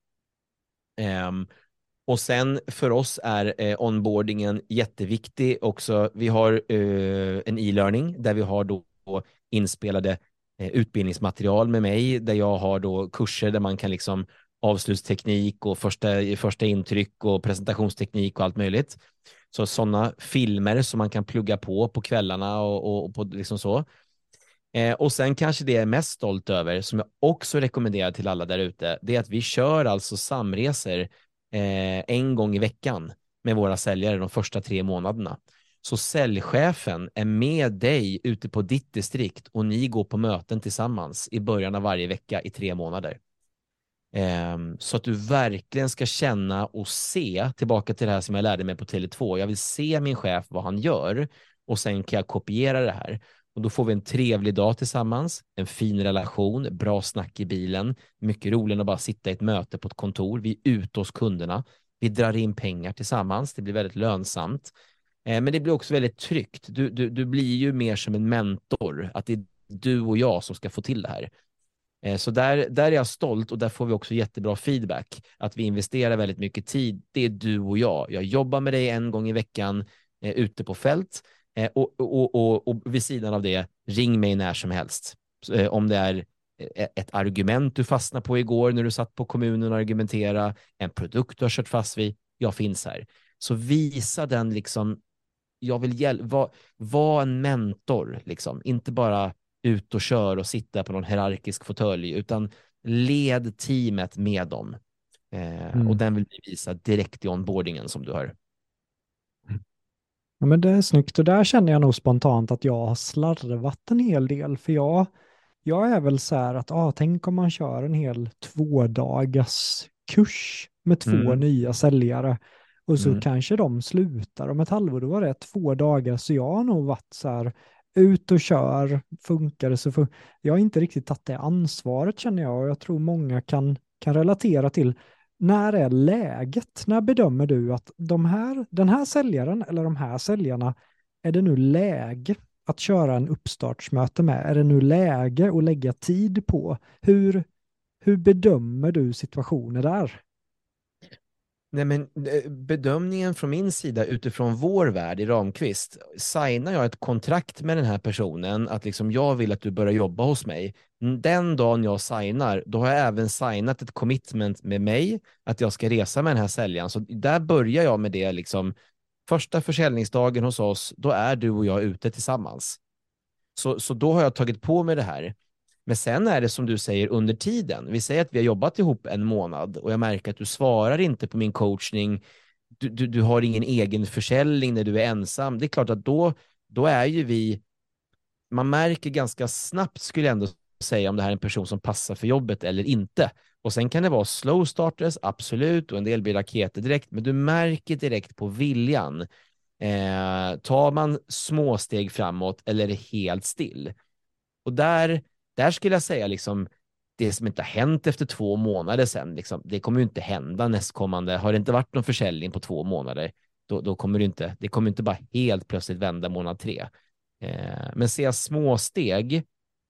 Och sen för oss är onboardingen jätteviktig också. Vi har en e-learning där vi har då inspelade utbildningsmaterial med mig, där jag har då kurser där man kan liksom avslutsteknik och första intryck och presentationsteknik och allt möjligt. Så sådana filmer som man kan plugga på kvällarna och på liksom så. Och sen kanske det jag är mest stolt över, som jag också rekommenderar till alla där ute, det är att vi kör alltså samresor en gång i veckan med våra säljare de första 3 månaderna. Så säljchefen är med dig ute på ditt distrikt och ni går på möten tillsammans i början av varje vecka i 3 månader. Så att du verkligen ska känna och se, tillbaka till det här som jag lärde mig på Tele2. Jag vill se min chef, vad han gör, och sen kan jag kopiera det här. Och då får vi en trevlig dag tillsammans, en fin relation, bra snack i bilen, mycket roligt att bara sitta i ett möte på ett kontor. Vi är ute hos kunderna, vi drar in pengar tillsammans, det blir väldigt lönsamt. Men det blir också väldigt tryggt. Du blir ju mer som en mentor, att det är du och jag som ska få till det här. Så där är jag stolt, och där får vi också jättebra feedback. Att vi investerar väldigt mycket tid. Det är du och jag. Jag jobbar med dig en gång i veckan ute på fält. Och vid sidan av det, ring mig när som helst. Om det är ett argument du fastnar på igår när du satt på kommunen och argumentera, en produkt du har kört fast vid, jag finns här. Så visa den liksom, jag vill vara en mentor, liksom. Inte bara ut och kör och sitta på någon hierarkisk fåtölj, utan led teamet med dem. Och den vill vi visa direkt i onboardingen, som du hör. Ja, men det är snyggt, och där känner jag nog spontant att jag har slarvat en hel del, för jag är väl så här att tänk om man kör en hel 2-dagars kurs med 2 nya säljare och så kanske de slutar om ett halvår. Då var det 2 dagar, så jag har nog varit så här, ut och kör, funkar det så jag har inte riktigt tagit det ansvaret, känner jag, och jag tror många kan relatera till. När är läget? När bedömer du att den här säljaren eller de här säljarna, är det nu läge att köra en uppstartsmöte med? Är det nu läge att lägga tid på? Hur bedömer du situationer där? Nej, men bedömningen från min sida utifrån vår värld i Ramqvist, signar jag ett kontrakt med den här personen att liksom, jag vill att du börjar jobba hos mig. Den dagen jag signar, då har jag även signat ett commitment med mig att jag ska resa med den här säljaren. Så där börjar jag med det liksom. Första försäljningsdagen hos oss, då är du och jag ute tillsammans. Så då har jag tagit på mig det här. Men sen är det som du säger under tiden. Vi säger att vi har jobbat ihop en månad och jag märker att du svarar inte på min coachning. Du har ingen egen försäljning när du är ensam. Det är klart att då är ju vi, man märker ganska snabbt, skulle jag ändå säga, om det här är en person som passar för jobbet eller inte. Och sen kan det vara slow starters, absolut, och en del blir raketer direkt, men du märker direkt på viljan. Tar man små steg framåt eller är det helt still? Och där skulle jag säga liksom, det som inte har hänt efter 2 månader sen, liksom, det kommer ju inte hända nästkommande. Har det inte varit någon försäljning på 2 månader, då kommer det kommer inte bara helt plötsligt vända månad 3. Men ser jag små steg,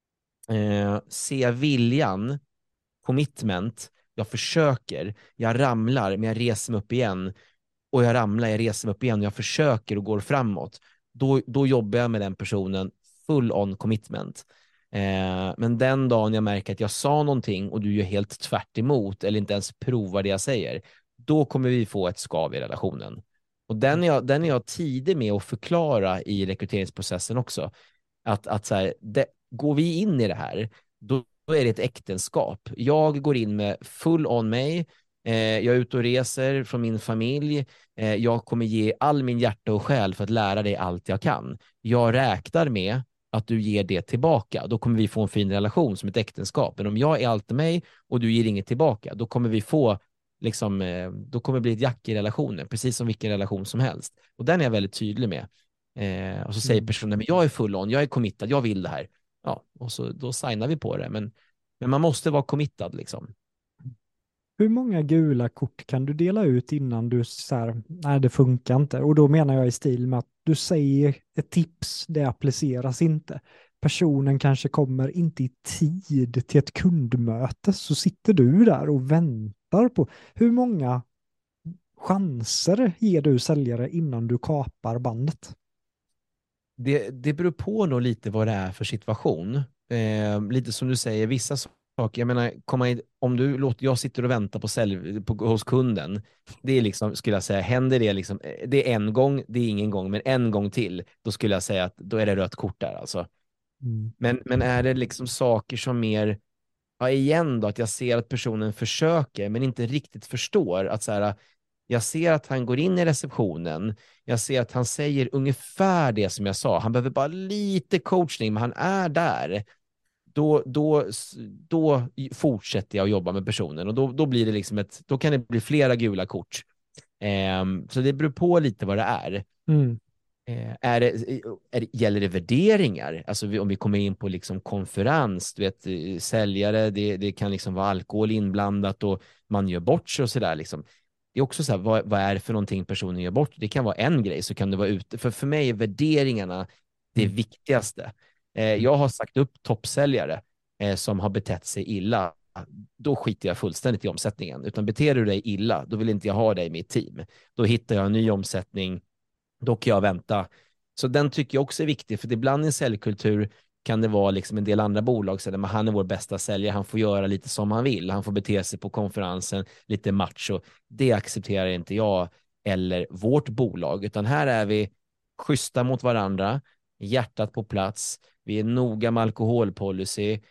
ser jag viljan, commitment, jag försöker, jag ramlar, men jag reser mig upp igen, och jag ramlar, jag reser mig upp igen, jag försöker och går framåt, då jobbar jag med den personen full on commitment. Men den dagen jag märker att jag sa någonting och du gör helt tvärt emot eller inte ens provar det jag säger, då kommer vi få ett skav i relationen. Och den är jag tidig med att förklara i rekryteringsprocessen också. Att så här, går vi in i det här, då är det ett äktenskap. Jag går in med full on mig. Jag är ute och reser från min familj. Jag kommer ge all min hjärta och själ för att lära dig allt jag kan. Jag räknar med att du ger det tillbaka. Då kommer vi få en fin relation som ett äktenskap. Men om jag är allt mig och du ger inget tillbaka, då kommer vi få liksom, då kommer det bli ett jack i relationen, precis som vilken relation som helst. Och den är jag väldigt tydlig med. Och så säger personen, men jag är full on, jag är committad, jag vill det här. Ja, och så då signar vi på det. Men man måste vara committad liksom. Hur många gula kort kan du dela ut innan du säger nej det funkar inte? Och då menar jag i stil med att du säger ett tips, det appliceras inte. Personen kanske kommer inte i tid till ett kundmöte, så sitter du där och väntar på. Hur många chanser ger du säljare innan du kapar bandet? Det beror på nog lite vad det är för situation. Lite som du säger, vissa saker, jag menar, om du låter, jag sitter och väntar hos kunden, det är liksom, skulle jag säga, händer det liksom, det är en gång, det är ingen gång, men en gång till, då skulle jag säga att då är det rött kort där alltså. Men är det liksom saker som mer, ja igen då, att jag ser att personen försöker men inte riktigt förstår att så här, jag ser att han går in i receptionen, jag ser att han säger ungefär det som jag sa, han behöver bara lite coachning men han är där. Då fortsätter jag att jobba med personen och då blir det liksom då kan det bli flera gula kort. Så det beror på lite vad det är. Gäller det värderingar? Alltså om vi kommer in på liksom konferens, du vet, säljare, det kan liksom vara alkohol inblandat och man gör bort sig och sådär liksom. Det är också så här, vad är det för någonting personen gör bort? Det kan vara en grej, så kan det vara ute. För mig är värderingarna det viktigaste. Jag har sagt upp toppsäljare som har betett sig illa. Då skiter jag fullständigt i omsättningen. Utan beter du dig illa, då vill inte jag ha dig i mitt team. Då hittar jag en ny omsättning. Då kan jag vänta. Så den tycker jag också är viktig. För ibland i en säljkultur kan det vara liksom en del andra bolag som han är vår bästa säljare. Han får göra lite som han vill. Han får bete sig på konferensen lite macho. Det accepterar inte jag eller vårt bolag. Utan här är vi schyssta mot varandra. Hjärtat på plats. Vi är noga med alkoholpolicy.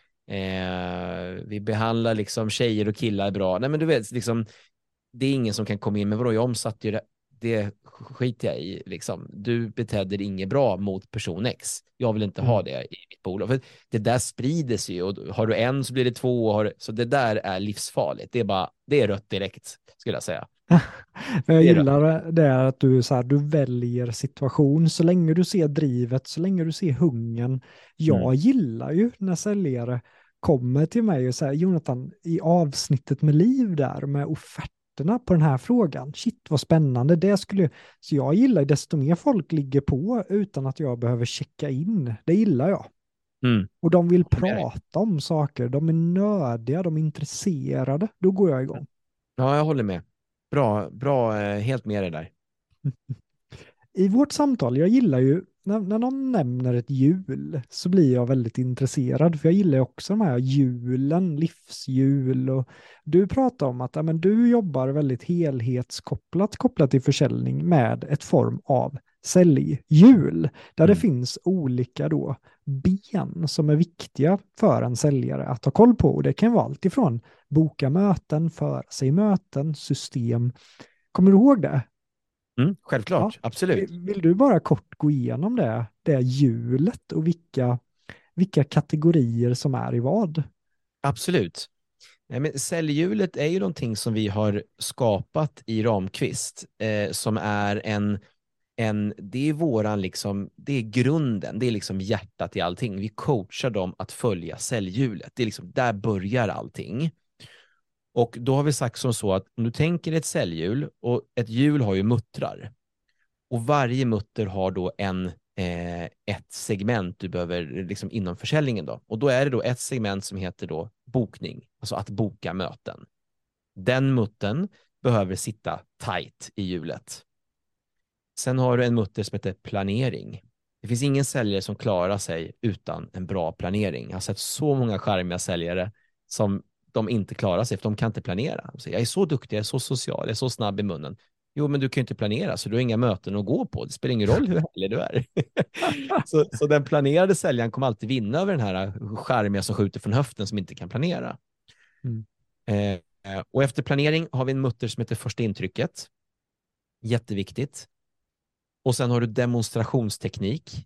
Vi behandlar liksom tjejer och killar bra. Nej men du vet, liksom, det är ingen som kan komma in med vadå, jag omsatte ju det skiter jag i. Liksom. Du betedde dig inget bra mot person X. Jag vill inte ha det i mitt bolag. För det där sprider sig ju. Och har du en så blir det två. Så det där är livsfarligt. Det är rött direkt, skulle jag säga. Men jag gillar det att du väljer situation så länge du ser drivet, så länge du ser hungern. Jag gillar ju när säljare kommer till mig och säger, Jonathan, i avsnittet med Liv där med offerterna på den här frågan, shit vad spännande, så jag gillar desto mer folk ligger på utan att jag behöver checka in. Det gillar jag. Och de vill prata om saker, de är nördiga, de är intresserade, då går jag igång. Ja, jag håller med. Bra, helt med det där. I vårt samtal, jag gillar ju, när någon nämner ett hjul så blir jag väldigt intresserad, för jag gillar också de här hjulen, livshjul, och du pratar om att men du jobbar väldigt kopplat till försäljning med ett form av säljhjul, där det finns olika då ben som är viktiga för en säljare att ha koll på, och det kan vara allt ifrån boka möten, föra sig möten, system. Kommer du ihåg det? Självklart, ja. Absolut. Vill du bara kort gå igenom det hjulet och vilka kategorier som är i vad? Absolut. Nej, men säljhjulet är ju någonting som vi har skapat i Ramqvist, som är det är våran liksom, det är grunden, det är liksom hjärtat i allting. Vi coachar dem att följa säljhjulet. Det är liksom, där börjar allting. Och då har vi sagt som så att om du tänker ett säljhjul, och ett hjul har ju muttrar. Och varje mutter har då ett segment du behöver liksom inom försäljningen då. Och då är det då ett segment som heter då bokning, alltså att boka möten. Den muttern behöver sitta tight i hjulet. Sen har du en mutter som heter planering. Det finns ingen säljare som klarar sig utan en bra planering. Jag har sett så många charmiga säljare som de inte klarar sig, för de kan inte planera. De säger, jag är så duktig, jag är så social, jag är så snabb i munnen. Jo, men du kan ju inte planera, så du har inga möten att gå på. Det spelar ingen roll hur härlig du är. Så den planerade säljaren kommer alltid vinna över den här charmiga som skjuter från höften som inte kan planera. Mm. Och efter planering har vi en mutter som heter första intrycket. Jätteviktigt. Och sen har du demonstrationsteknik.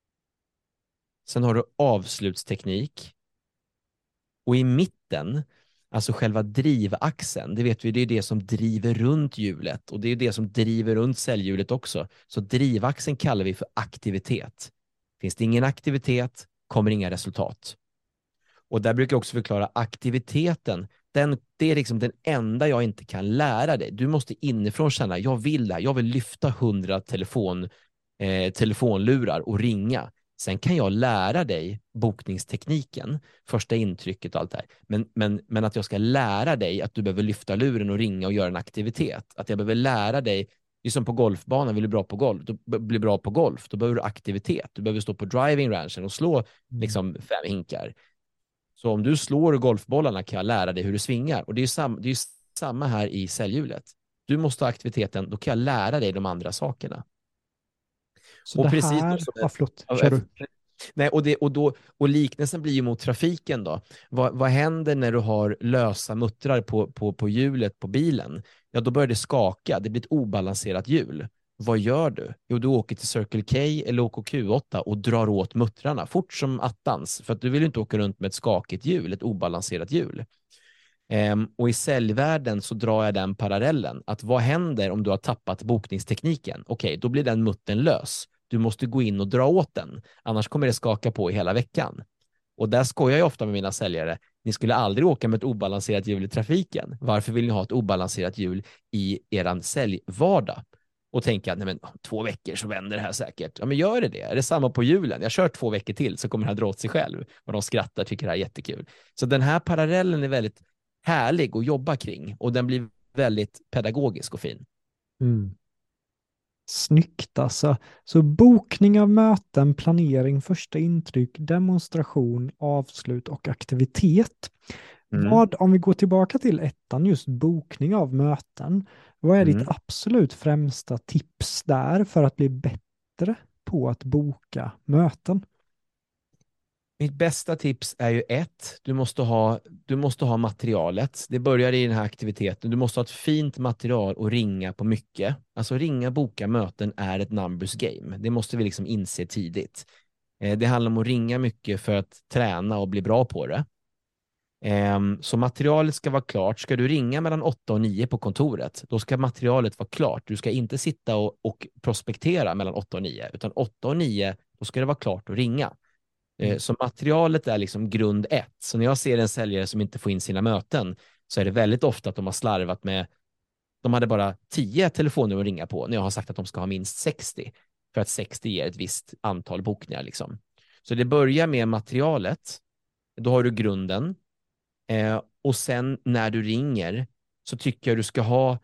Sen har du avslutsteknik. Och i mitten, alltså själva drivaxeln, det vet vi, det är det som driver runt hjulet. Och det är det som driver runt säljhjulet också. Så drivaxeln kallar vi för aktivitet. Finns det ingen aktivitet kommer inga resultat. Och där brukar jag också förklara aktiviteten. Det är liksom den enda jag inte kan lära dig. Du måste inifrån känna, jag vill det här. Jag vill lyfta 100 telefonlurar och ringa. Sen kan jag lära dig bokningstekniken, första intrycket och allt det här. Men att jag ska lära dig att du behöver lyfta luren och ringa och göra en aktivitet. Att jag behöver lära dig, det är som på golfbanan, vill du bra på golf, bli bra på golf, då behöver du aktivitet. Du behöver stå på driving ranchen och slå liksom 5 hinkar. Så om du slår golfbollarna kan jag lära dig hur du svingar. Och det är ju samma här i säljhjulet. Du måste ha aktiviteten, då kan jag lära dig de andra sakerna. Så och det precis här, som förlåt, kör du. Nej, och liknelsen blir ju mot trafiken då. Vad händer när du har lösa muttrar på hjulet på bilen? Ja, då börjar det skaka. Det blir ett obalanserat hjul. Vad gör du? Jo, du åker till Circle K eller OKQ8 och drar åt muttrarna fort som attans. För att du vill ju inte åka runt med ett skakigt hjul, ett obalanserat hjul. Och i säljvärlden så drar jag den parallellen. Att vad händer om du har tappat bokningstekniken? Okej, då blir den muttern lös. Du måste gå in och dra åt den. Annars kommer det skaka på i hela veckan. Och där skojar jag ofta med mina säljare. Ni skulle aldrig åka med ett obalanserat hjul i trafiken. Varför vill ni ha ett obalanserat hjul i eran säljvardag? Och tänka, nej men 2 veckor så vänder det här säkert. Ja, men gör det? Är det samma på hjulen? Jag kör 2 veckor till så kommer det här dra åt sig själv. Och de skrattar, tycker det här är jättekul. Så den här parallellen är väldigt härlig att jobba kring. Och den blir väldigt pedagogisk och fin. Mm. Snyggt alltså. Så bokning av möten, planering, första intryck, demonstration, avslut och aktivitet. Om vi går tillbaka till ettan, just bokning av möten, vad är ditt absolut främsta tips där för att bli bättre på att boka möten? Mitt bästa tips är ju du måste ha materialet. Det börjar i den här aktiviteten. Du måste ha ett fint material och ringa på mycket. Alltså ringa, boka, möten är ett numbers game. Det måste vi liksom inse tidigt. Det handlar om att ringa mycket för att träna och bli bra på det. Så materialet ska vara klart. Ska du ringa mellan 8 och 9 på kontoret, då ska materialet vara klart. Du ska inte sitta och prospektera mellan 8 och 9, utan 8 och 9, då ska det vara klart att ringa. Så materialet är liksom grund 1. Så när jag ser en säljare som inte får in sina möten, så är det väldigt ofta att de har slarvat med, de hade bara 10 telefonnummer att ringa på när jag har sagt att de ska ha minst 60, för att 60 ger ett visst antal bokningar liksom. Så det börjar med materialet, då har du grunden, och sen när du ringer så tycker jag du ska ha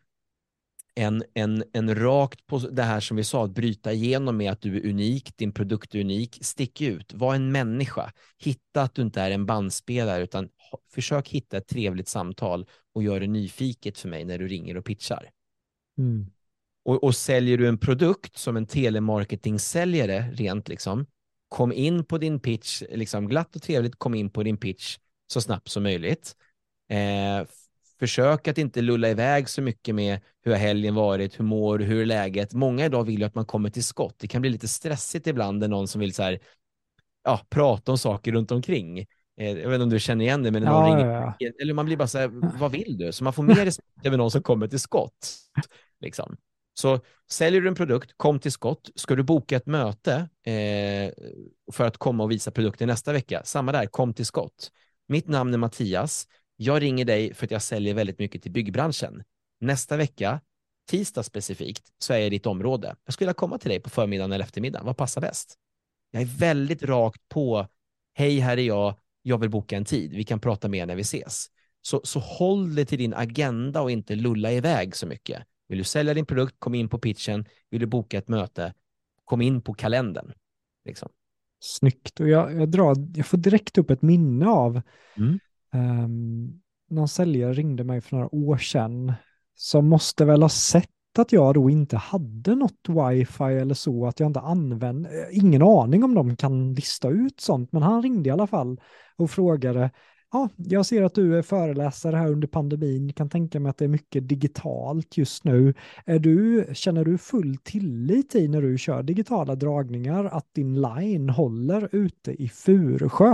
en rakt på det här som vi sa, att bryta igenom med att du är unik, din produkt är unik, stick ut, var en människa, hitta att du inte är en bandspelare, utan försök hitta ett trevligt samtal och gör det nyfiket för mig när du ringer och pitchar. Och säljer du en produkt som en telemarketing-säljare rent liksom, kom in på din pitch, liksom glatt och trevligt, kom in på din pitch så snabbt som möjligt. Försök att inte lulla iväg så mycket med hur har helgen varit, hur mår du, hur är läget. Många idag vill ju att man kommer till skott. Det kan bli lite stressigt ibland när någon som vill så här, prata om saker runt omkring. Jag vet inte om du känner igen det, men när någon ringer. Ja. Eller man blir bara så här, vad vill du? Så man får mer respekt över någon som kommer till skott. Liksom. Så säljer du en produkt, kom till skott. Ska du boka ett möte för att komma och visa produkten nästa vecka? Samma där, kom till skott. Mitt namn är Mattias. Jag ringer dig för att jag säljer väldigt mycket till byggbranschen. Nästa vecka, tisdag specifikt, så är jag i ditt område. Jag skulle vilja komma till dig på förmiddagen eller eftermiddagen. Vad passar bäst? Jag är väldigt rakt på, hej, här är jag vill boka en tid. Vi kan prata mer när vi ses. Så håll det till din agenda och inte lulla iväg så mycket. Vill du sälja din produkt, kom in på pitchen. Vill du boka ett möte, kom in på kalendern. Liksom. Snyggt. Och jag får direkt upp ett minne av Mm. någon säljare ringde mig för några år sedan som måste väl ha sett att jag då inte hade något wifi eller så, att jag inte använde, ingen aning om de kan lista ut sånt, men han ringde i alla fall och frågade, ja, jag ser att du är föreläsare här under pandemin, kan tänka mig att det är mycket digitalt just nu. Känner du full tillit i när du kör digitala dragningar att din line håller ute i Furusjö?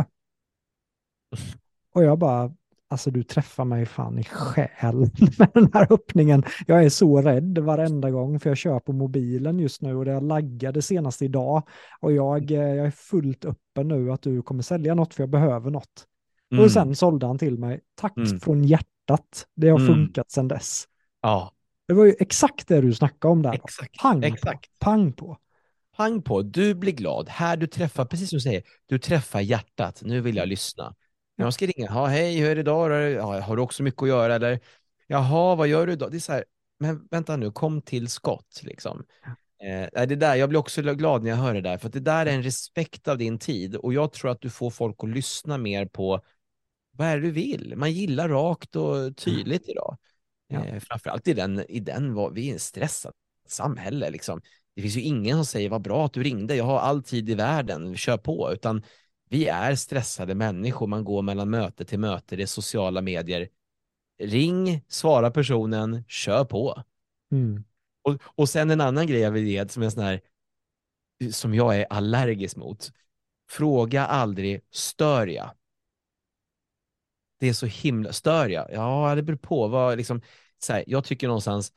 Och jag bara, alltså du träffar mig fan i själen med den här öppningen. Jag är så rädd varenda gång för jag kör på mobilen just nu och det laggade senast idag. Och jag är fullt öppen nu att du kommer sälja något för jag behöver något. Och Mm. sen sålde han till mig, tack Mm. från hjärtat. Det har Mm. funkat sedan dess. Ja, Det var ju exakt det du snackade om där. exakt. Pang Exakt. på, pang på. Pang på, du blir glad. Här du träffar, precis som du säger, du träffar hjärtat. Nu vill jag lyssna. Jag ska ringa. Ja, hej, hur är det idag? Ja, har du också mycket att göra? Eller, jaha, vad gör du idag? Det är så här, men vänta nu, kom till skott. Liksom. Det där, jag blir också glad när jag hör det där, för att det där är en respekt av din tid. Och jag tror att du får folk att lyssna mer på vad är det du vill. Man gillar rakt och tydligt idag. Ja. Framförallt vi är en stressad samhälle. Liksom. Det finns ju ingen som säger vad bra att du ringde, jag har all tid i världen, kör på. Utan vi är stressade människor, man går mellan möte till möte, det är sociala medier. Ring, svara personen, kör på. Mm. Och sen en annan grej jag vill ge som är sån här, som jag är allergisk mot. Fråga aldrig, stör jag? Det är så himla, stör jag? Ja, det beror på. Liksom, så här, jag tycker någonstans,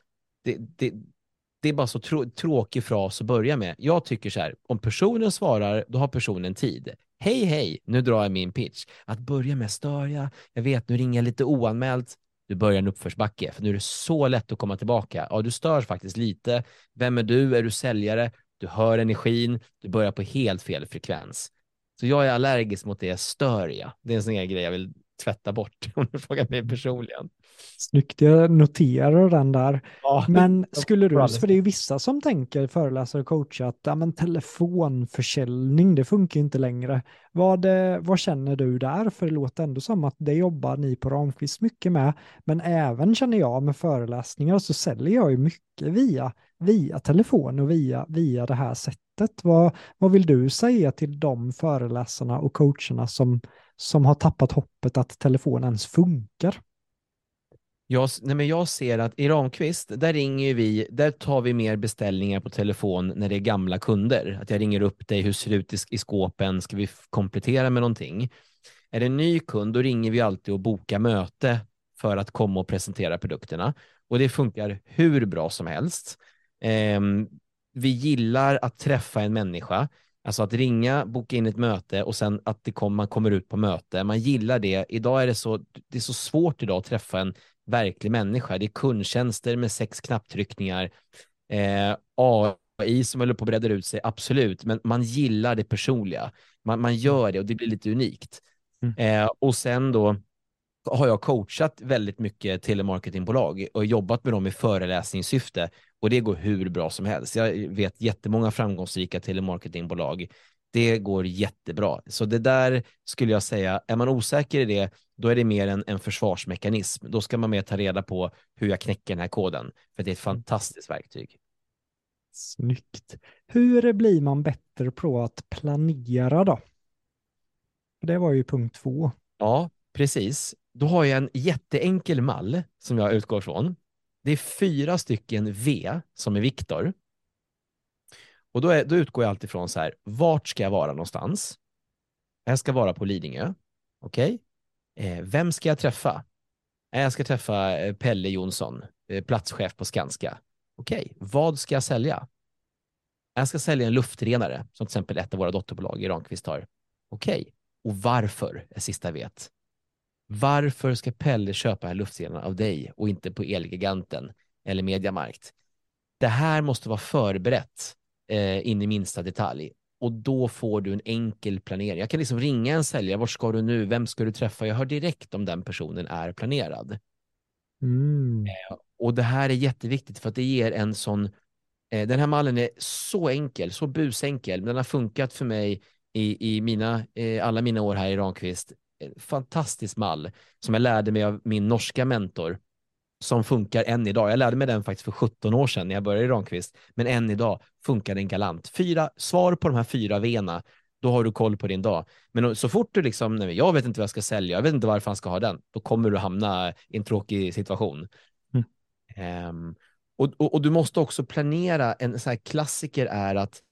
det är bara så tråkig fras att börja med. Jag tycker så här, om personen svarar, då har personen tid. Hej, hej, nu drar jag min pitch. Att börja med stör jag vet, nu ringer jag lite oanmält. Du börjar en uppförsbacke, för nu är det så lätt att komma tillbaka. Ja, du störs faktiskt lite. Vem är du? Är du säljare? Du hör energin. Du börjar på helt fel frekvens. Så jag är allergisk mot det, stör jag. Det är en sån här grej jag vill tvätta bort om du frågar mig personligen. Snyggt, jag noterar den där. Ja, Men skulle du, för det är ju vissa som tänker, föreläsare och coacher, att ja, men telefonförsäljning, det funkar inte längre. Vad känner du där? För det låter ändå som att det jobbar ni på Ramqvist mycket med. Men även känner jag med föreläsningar så säljer jag ju mycket via telefon och via det här sättet. Vad vill du säga till de föreläsarna och coacherna som har tappat hoppet att telefonen ens funkar? Jag ser att i Ramqvist, där tar vi mer beställningar på telefon när det är gamla kunder. Att jag ringer upp dig, hur ser det ut i skåpen, ska vi komplettera med någonting? Är det en ny kund, då ringer vi alltid och bokar möte för att komma och presentera produkterna. Och det funkar hur bra som helst. Vi gillar att träffa en människa. Alltså att ringa, boka in ett möte och sen att man kommer ut på möte. Man gillar det. Idag är det är så svårt idag att träffa en verklig människa. Det är kundtjänster med 6 knapptryckningar. AI som håller på att breda ut sig, absolut. Men man gillar det personliga. Man gör det och det blir lite unikt. Och sen då har jag coachat väldigt mycket telemarketingbolag och jobbat med dem i föreläsningssyfte och det går hur bra som helst. Jag vet jättemånga framgångsrika telemarketingbolag. Det går jättebra. Så det där skulle jag säga, är man osäker i det, då är det mer en försvarsmekanism. Då ska man mer ta reda på hur jag knäcker den här koden. För det är ett fantastiskt verktyg. Snyggt. Hur blir man bättre på att planera då? Det var ju punkt 2. Ja, precis. Då har jag en jätteenkel mall som jag utgår från. Det är 4 stycken V som är Viktor. Och då utgår jag alltid från så här, vart ska jag vara någonstans? Jag ska vara på Lidingö. Okej. Vem ska jag träffa? Jag ska träffa Pelle Jonsson, platschef på Skanska. Okej. Vad ska jag sälja? Jag ska sälja en luftrenare, som till exempel ett av våra dotterbolag i Ramqvist har. Okej. Och varför är sista jag vet. Varför ska Pelle köpa en luftrenare av dig och inte på Elgiganten eller Mediamarkt? Det här måste vara förberett in i minsta detalj. Och då får du en enkel planering. Jag kan liksom ringa en säljare. Var ska du nu? Vem ska du träffa? Jag hör direkt om den personen är planerad. Och det här är jätteviktigt för att det ger en sån Den här mallen är så enkel, så busenkel, men den har funkat för mig alla mina år här i Ramqvist. Fantastisk mall som jag lärde mig av min norska mentor som funkar än idag. Jag lärde mig den faktiskt för 17 år sedan när jag började i Ramqvist, men än idag funkar den galant. Svar på de här 4 V:na, då har du koll på din dag. Men så fort du liksom, nej, jag vet inte vad jag ska sälja, jag vet inte varför han ska ha den, då kommer du hamna i en tråkig situation. Mm. Och du måste också planera. En sån här klassiker är att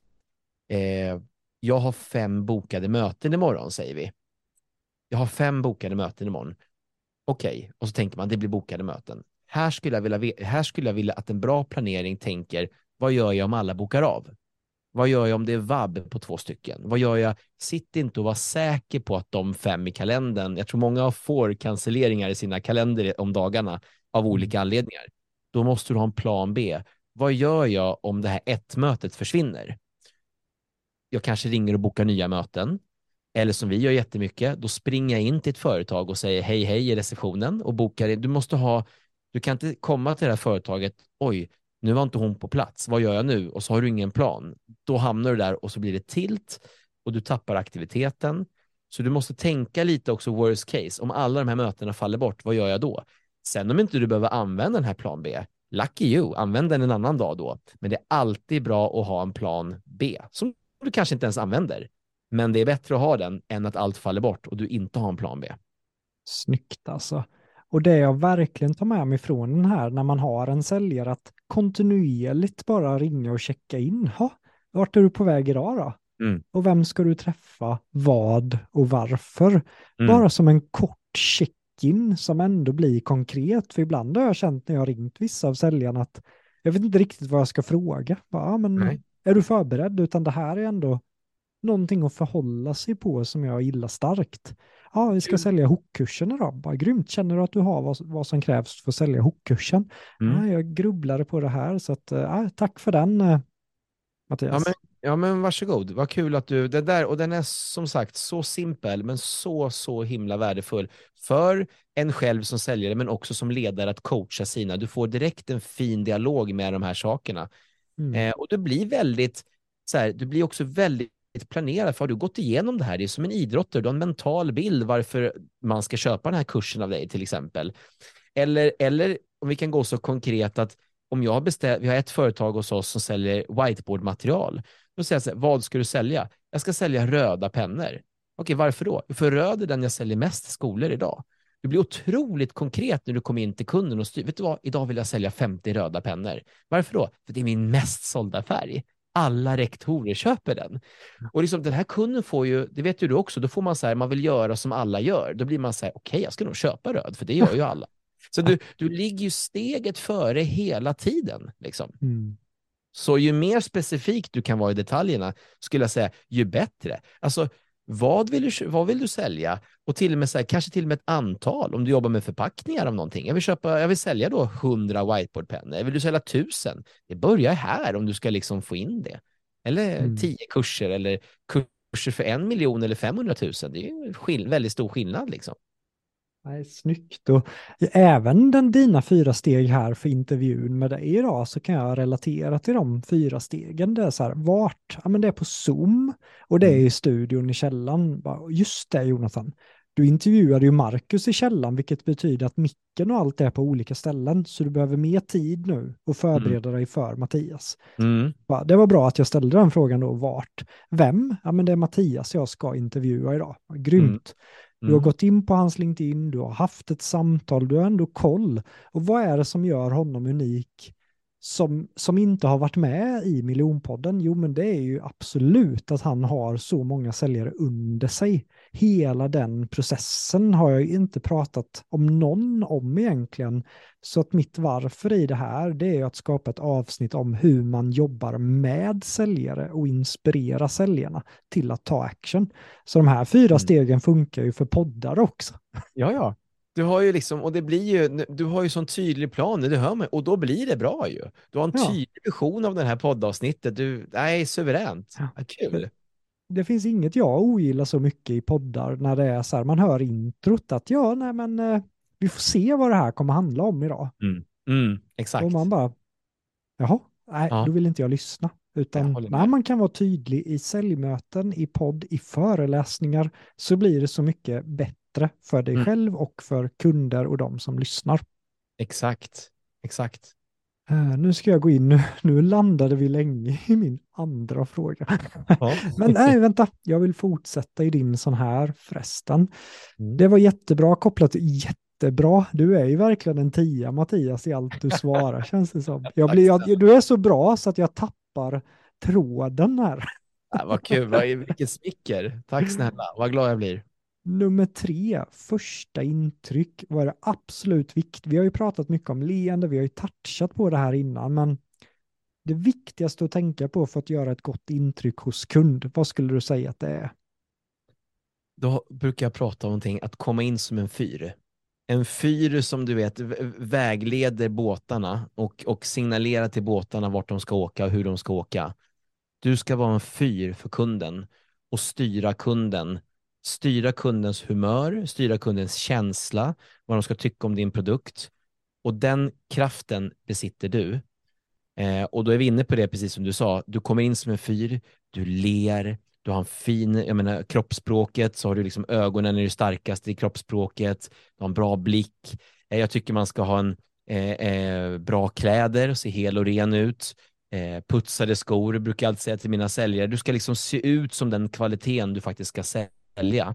jag har 5 bokade möten imorgon, säger vi. Jag har 5 bokade möten imorgon. Okej, och så tänker man, det blir bokade möten. Här skulle jag vilja att en bra planering tänker, vad gör jag om alla bokar av? Vad gör jag om det är vabb på 2 stycken? Vad gör jag? Sitt inte och var säker på att de 5 i kalendern, jag tror många får cancelleringar i sina kalender om dagarna av olika anledningar. Då måste du ha en plan B. Vad gör jag om det här 1-mötet försvinner? Jag kanske ringer och bokar nya möten. Eller som vi gör jättemycket, då springer jag in till ett företag och säger hej i receptionen och bokar in. Du kan inte komma till det här företaget, oj, nu var inte hon på plats, vad gör jag nu? Och så har du ingen plan. Då hamnar du där och så blir det tilt och du tappar aktiviteten. Så du måste tänka lite också worst case. Om alla de här mötena faller bort, vad gör jag då? Sen om inte du behöver använda den här plan B, lucky you, använd den en annan dag då. Men det är alltid bra att ha en plan B som du kanske inte ens använder. Men det är bättre att ha den än att allt faller bort och du inte har en plan B. Snyggt alltså. Och det jag verkligen tar med mig från den här när man har en säljare att kontinuerligt bara ringa och checka in. Vart är du på väg idag då? Mm. Och vem ska du träffa? Vad och varför? Mm. Bara som en kort check-in som ändå blir konkret. För ibland har jag känt när jag har ringt vissa av säljarna att jag vet inte riktigt vad jag ska fråga. Men är du förberedd? Utan det här är ändå någonting att förhålla sig på som jag gillar starkt. Ja, vi ska sälja hookkursen idag. Bara grymt. Känner du att du har vad som krävs för att sälja hookkursen? Ja, jag grubblade på det här så att tack för den Mattias. Ja men varsågod. Vad kul att du, det där, och den är som sagt så simpel men så himla värdefull för en själv som säljare men också som ledare att coacha sina. Du får direkt en fin dialog med de här sakerna. Och du blir också väldigt planerad, för har du gått igenom det här, det är som en idrottare, du har en mental bild varför man ska köpa den här kursen av dig till exempel. Eller om vi kan gå så konkret att om jag har beställt, vi har ett företag hos oss som säljer whiteboardmaterial, då säger jag så här, vad ska du sälja? Jag ska sälja röda pennor. Okej, varför då? För röd är den jag säljer mest i skolor idag. Du blir otroligt konkret när du kommer in till kunden och styr. Vet du vad? Idag vill jag sälja 50 röda pennor. Varför då? För det är min mest sålda färg. Alla rektorer köper den. Och liksom den här kunden får ju, det vet ju du också, då får man så här, man vill göra som alla gör. Då blir man så här, okej, jag ska nog köpa röd, för det gör ju alla. Så du ligger ju steget före hela tiden. Liksom. Så ju mer specifikt du kan vara i detaljerna, skulle jag säga, ju bättre. Alltså, vad vill du sälja? Och till och med så här, kanske till och med ett antal, om du jobbar med förpackningar av någonting. Jag vill sälja då 100 whiteboardpennor. Vill du sälja 1000? Det börjar här om du ska liksom få in det. Eller 10 kurser eller kurser för 1 miljon eller 500 000. Det är ju väldigt stor skillnad liksom. Nej, snyggt. Och även dina 4 steg här för intervjun med dig idag så kan jag relatera till de 4 stegen. Det är så här, vart? Ja, men det är på Zoom och det är i studion i källaren. Just det, Jonathan. Du intervjuade ju Marcus i källaren, vilket betyder att micken och allt är på olika ställen. Så du behöver mer tid nu och förbereda dig för Mattias. Det var bra att jag ställde den frågan då. Vart? Vem? Ja, men det är Mattias jag ska intervjua idag. Grymt. Du har gått in på hans LinkedIn, du har haft ett samtal, du har ändå koll. Och vad är det som gör honom unik som inte har varit med i Miljonpodden? Jo, men det är ju absolut att han har så många säljare under sig. Hela den processen har jag inte pratat om någon om egentligen. Så att mitt varför i det här, det är att skapa ett avsnitt om hur man jobbar med säljare och inspirera säljarna till att ta action. Så de här 4 stegen funkar ju för poddar också. Ja. Du har ju liksom, och det blir ju, du har ju sån tydlig plan, det hör man, och då blir det bra ju. Du har en tydlig vision av den här poddavsnittet. Suveränt. Ja, kul. Det finns inget jag ogillar så mycket i poddar när det är så här, man hör introt att vi får se vad det här kommer handla om idag. Exakt. Och man bara, jaha, nej, Ja, då vill inte jag lyssna. jag Utan håller när med. man kan vara tydlig i säljmöten, i podd, i föreläsningar, så blir det så mycket bättre för dig Mm, själv och för kunder och de som lyssnar. exakt, exakt. Nu ska jag gå in, nu landade vi länge i min andra fråga. Ja. Men nej, vänta, jag vill fortsätta i din sån här förresten. Mm. Det var jättebra kopplat till jättebra. Du är ju verkligen en tia, Mattias, i allt du svarar, känns det som. Tack snälla. Du är så bra så att jag tappar tråden här. Vad kul, vilket smicker. Tack snälla, vad glad jag blir. Nummer 3, första intryck. Vad är det absolut viktigt? Vi har ju pratat mycket om leende, vi har ju touchat på det här innan, men det viktigaste att tänka på för att göra ett gott intryck hos kund, vad skulle du säga att det är? Då brukar jag prata om någonting, att komma in som en fyr. En fyr som du vet vägleder båtarna och signalerar till båtarna vart de ska åka och hur de ska åka. Du ska vara en fyr för kunden och styra kunden. Styra kundens humör, styra kundens känsla, vad de ska tycka om din produkt. Och den kraften besitter du. Och då är vi inne på det, precis som du sa. Du kommer in som en fyr, du ler, du har en fin, jag menar kroppsspråket, så har du liksom ögonen är det starkaste i kroppsspråket, du har en bra blick. Jag tycker man ska ha en bra kläder, se hel och ren ut. Putsade skor, brukar jag alltid säga till mina säljare. Du ska liksom se ut som den kvaliteten du faktiskt ska sälja.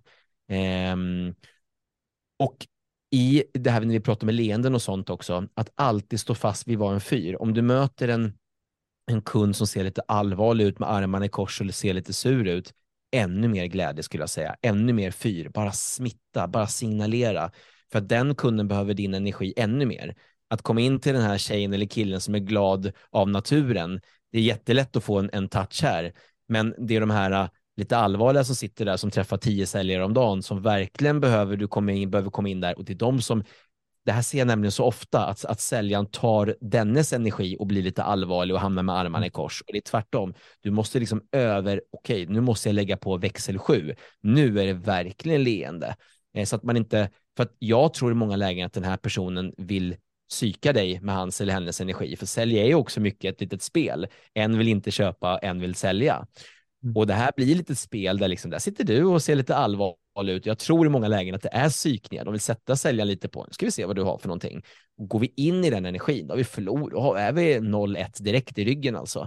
Och i det här när vi pratar med leenden och sånt också, att alltid stå fast vid vad en fyr. Om du möter en kund som ser lite allvarlig ut med armarna i kors eller ser lite sur ut, ännu mer glädje skulle jag säga. Ännu mer fyr. Bara smitta, bara signalera. För att den kunden behöver din energi ännu mer. Att komma in till den här tjejen eller killen som är glad av naturen, det är jättelätt att få en touch här. Men det är de här lite allvarliga som sitter där som träffar 10 säljare om dagen som verkligen behöver komma in där, och det är de som, det här ser jag nämligen så ofta, att säljaren tar dennes energi och blir lite allvarlig och hamnar med armarna i kors. Och det är tvärtom. Du måste liksom okej, nu måste jag lägga på växel 7. Nu är det verkligen leende. Så att man inte, för att jag tror i många lägen att den här personen vill psyka dig med hans eller hennes energi. För sälj är ju också mycket ett litet spel. En vill inte köpa, en vill sälja. Och det här blir lite spel där liksom, där sitter du och ser lite allvarlig ut. Jag tror i många lägen att det är psykningar. De vill sätta säljaren lite på. Nu ska vi se vad du har för någonting. Och går vi in i den energin, då har vi förlorat. Då är vi 0-1 direkt i ryggen alltså.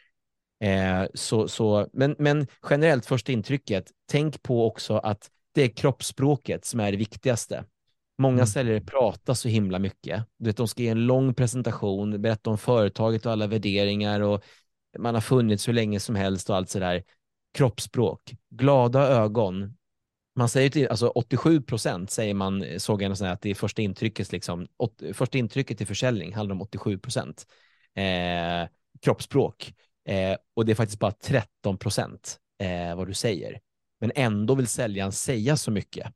Men generellt första intrycket, tänk på också att det är kroppsspråket som är det viktigaste. Många säljare pratar så himla mycket. Du vet, de ska ge en lång presentation, berätta om företaget och alla värderingar, och man har funnits hur länge som helst och allt sådär. Kroppsspråk, glada ögon. Man säger till, alltså 87% säger man, såg jag att det är första intrycket liksom, första intrycket till försäljning handlar om 87%. Kroppsspråk. Och det är faktiskt bara 13% vad du säger. Men ändå vill säljaren säga så mycket.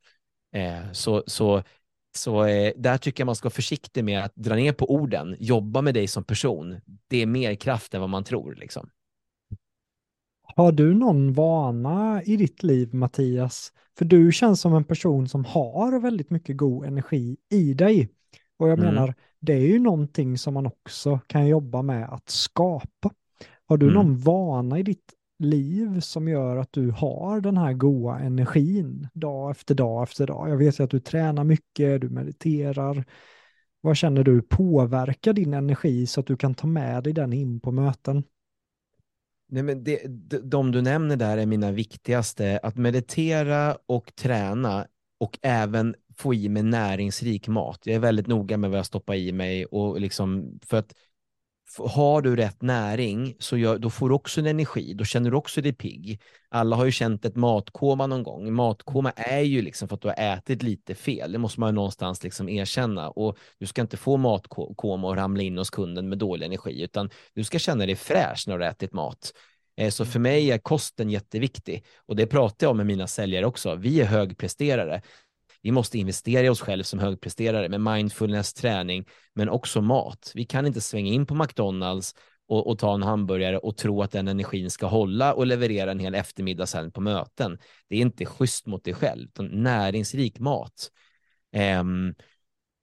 Där tycker jag man ska vara försiktig med att dra ner på orden. Jobba med dig som person. Det är mer kraft än vad man tror. Liksom. Har du någon vana i ditt liv, Mattias? För du känns som en person som har väldigt mycket god energi i dig. Och jag menar, det är ju någonting som man också kan jobba med att skapa. Har du någon vana i ditt liv som gör att du har den här goda energin dag efter dag efter dag? Jag vet ju att du tränar mycket, du mediterar. Vad känner du påverkar din energi så att du kan ta med dig den in på möten? Nej, men de du nämner där är mina viktigaste. Att meditera och träna och även få i mig näringsrik mat. Jag är väldigt noga med vad jag stoppar i mig, och liksom, för att har du rätt näring då får du också en energi, då känner du också dig pigg. Alla har ju känt ett matkoma någon gång. Matkoma är ju liksom för att du har ätit lite fel. Det måste man ju någonstans liksom erkänna, och du ska inte få matkoma och ramla in hos kunden med dålig energi, utan du ska känna dig fräsch när du har ätit mat. Så för mig är kosten jätteviktig, och det pratar jag om med mina säljare också. Vi är högpresterare. Vi måste investera i oss själva som högpresterare med mindfulness, träning, men också mat. Vi kan inte svänga in på McDonalds och ta en hamburgare och tro att den energin ska hålla och leverera en hel eftermiddag sen på möten. Det är inte schysst mot dig själv, utan näringsrik mat.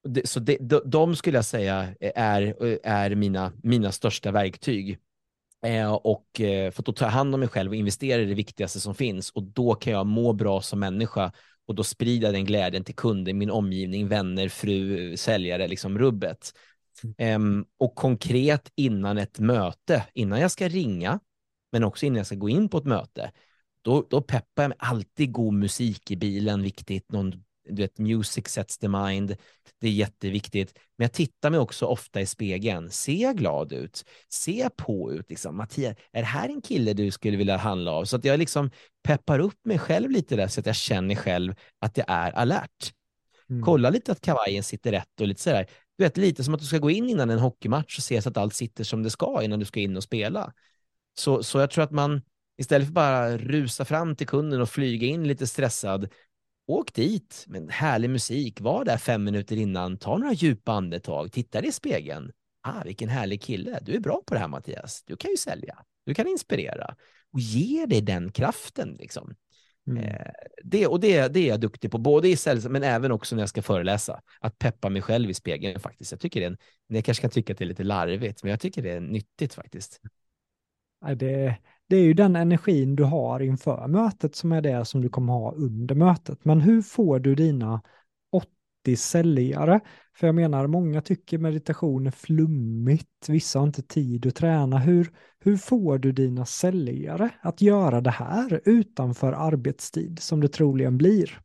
De skulle jag säga är mina största verktyg. För att då ta hand om mig själv och investera i det viktigaste som finns. Och då kan jag må bra som människa. Och då sprider den glädjen till kunder, min omgivning, vänner, fru, säljare, liksom rubbet. Och konkret innan ett möte, innan jag ska ringa, men också innan jag ska gå in på ett möte, då peppar jag med alltid god musik i bilen, viktigt. Du vet, music sets the mind. Det är jätteviktigt. Men jag tittar mig också ofta i spegeln. Ser jag glad ut? Ser jag på ut? Liksom, Mattias, är det här en kille du skulle vilja handla av? Så att jag liksom peppar upp mig själv lite där så att jag känner själv att jag är alert. Kolla lite att kavajen sitter rätt och lite sådär. Du vet, lite som att du ska gå in innan en hockeymatch och se så att allt sitter som det ska innan du ska in och spela. Så jag tror att man istället för bara rusa fram till kunden och flyga in lite stressad, åk dit med härlig musik, var där 5 minuter innan, ta några djupa andetag, titta dig i spegeln. Vilken härlig kille, du är bra på det här Mattias, du kan ju sälja, du kan inspirera och ge dig den kraften liksom. Det är jag duktig på, både i sällskap men även också när jag ska föreläsa, att peppa mig själv i spegeln faktiskt. Jag tycker jag kanske kan tycka att det är lite larvigt, men jag tycker det är nyttigt faktiskt. Det är ju den energin du har inför mötet som är det som du kommer ha under mötet. Men hur får du dina 80 säljare? För jag menar, många tycker meditation är flummigt. Vissa har inte tid att träna. Hur får du dina säljare att göra det här utanför arbetstid som det troligen blir?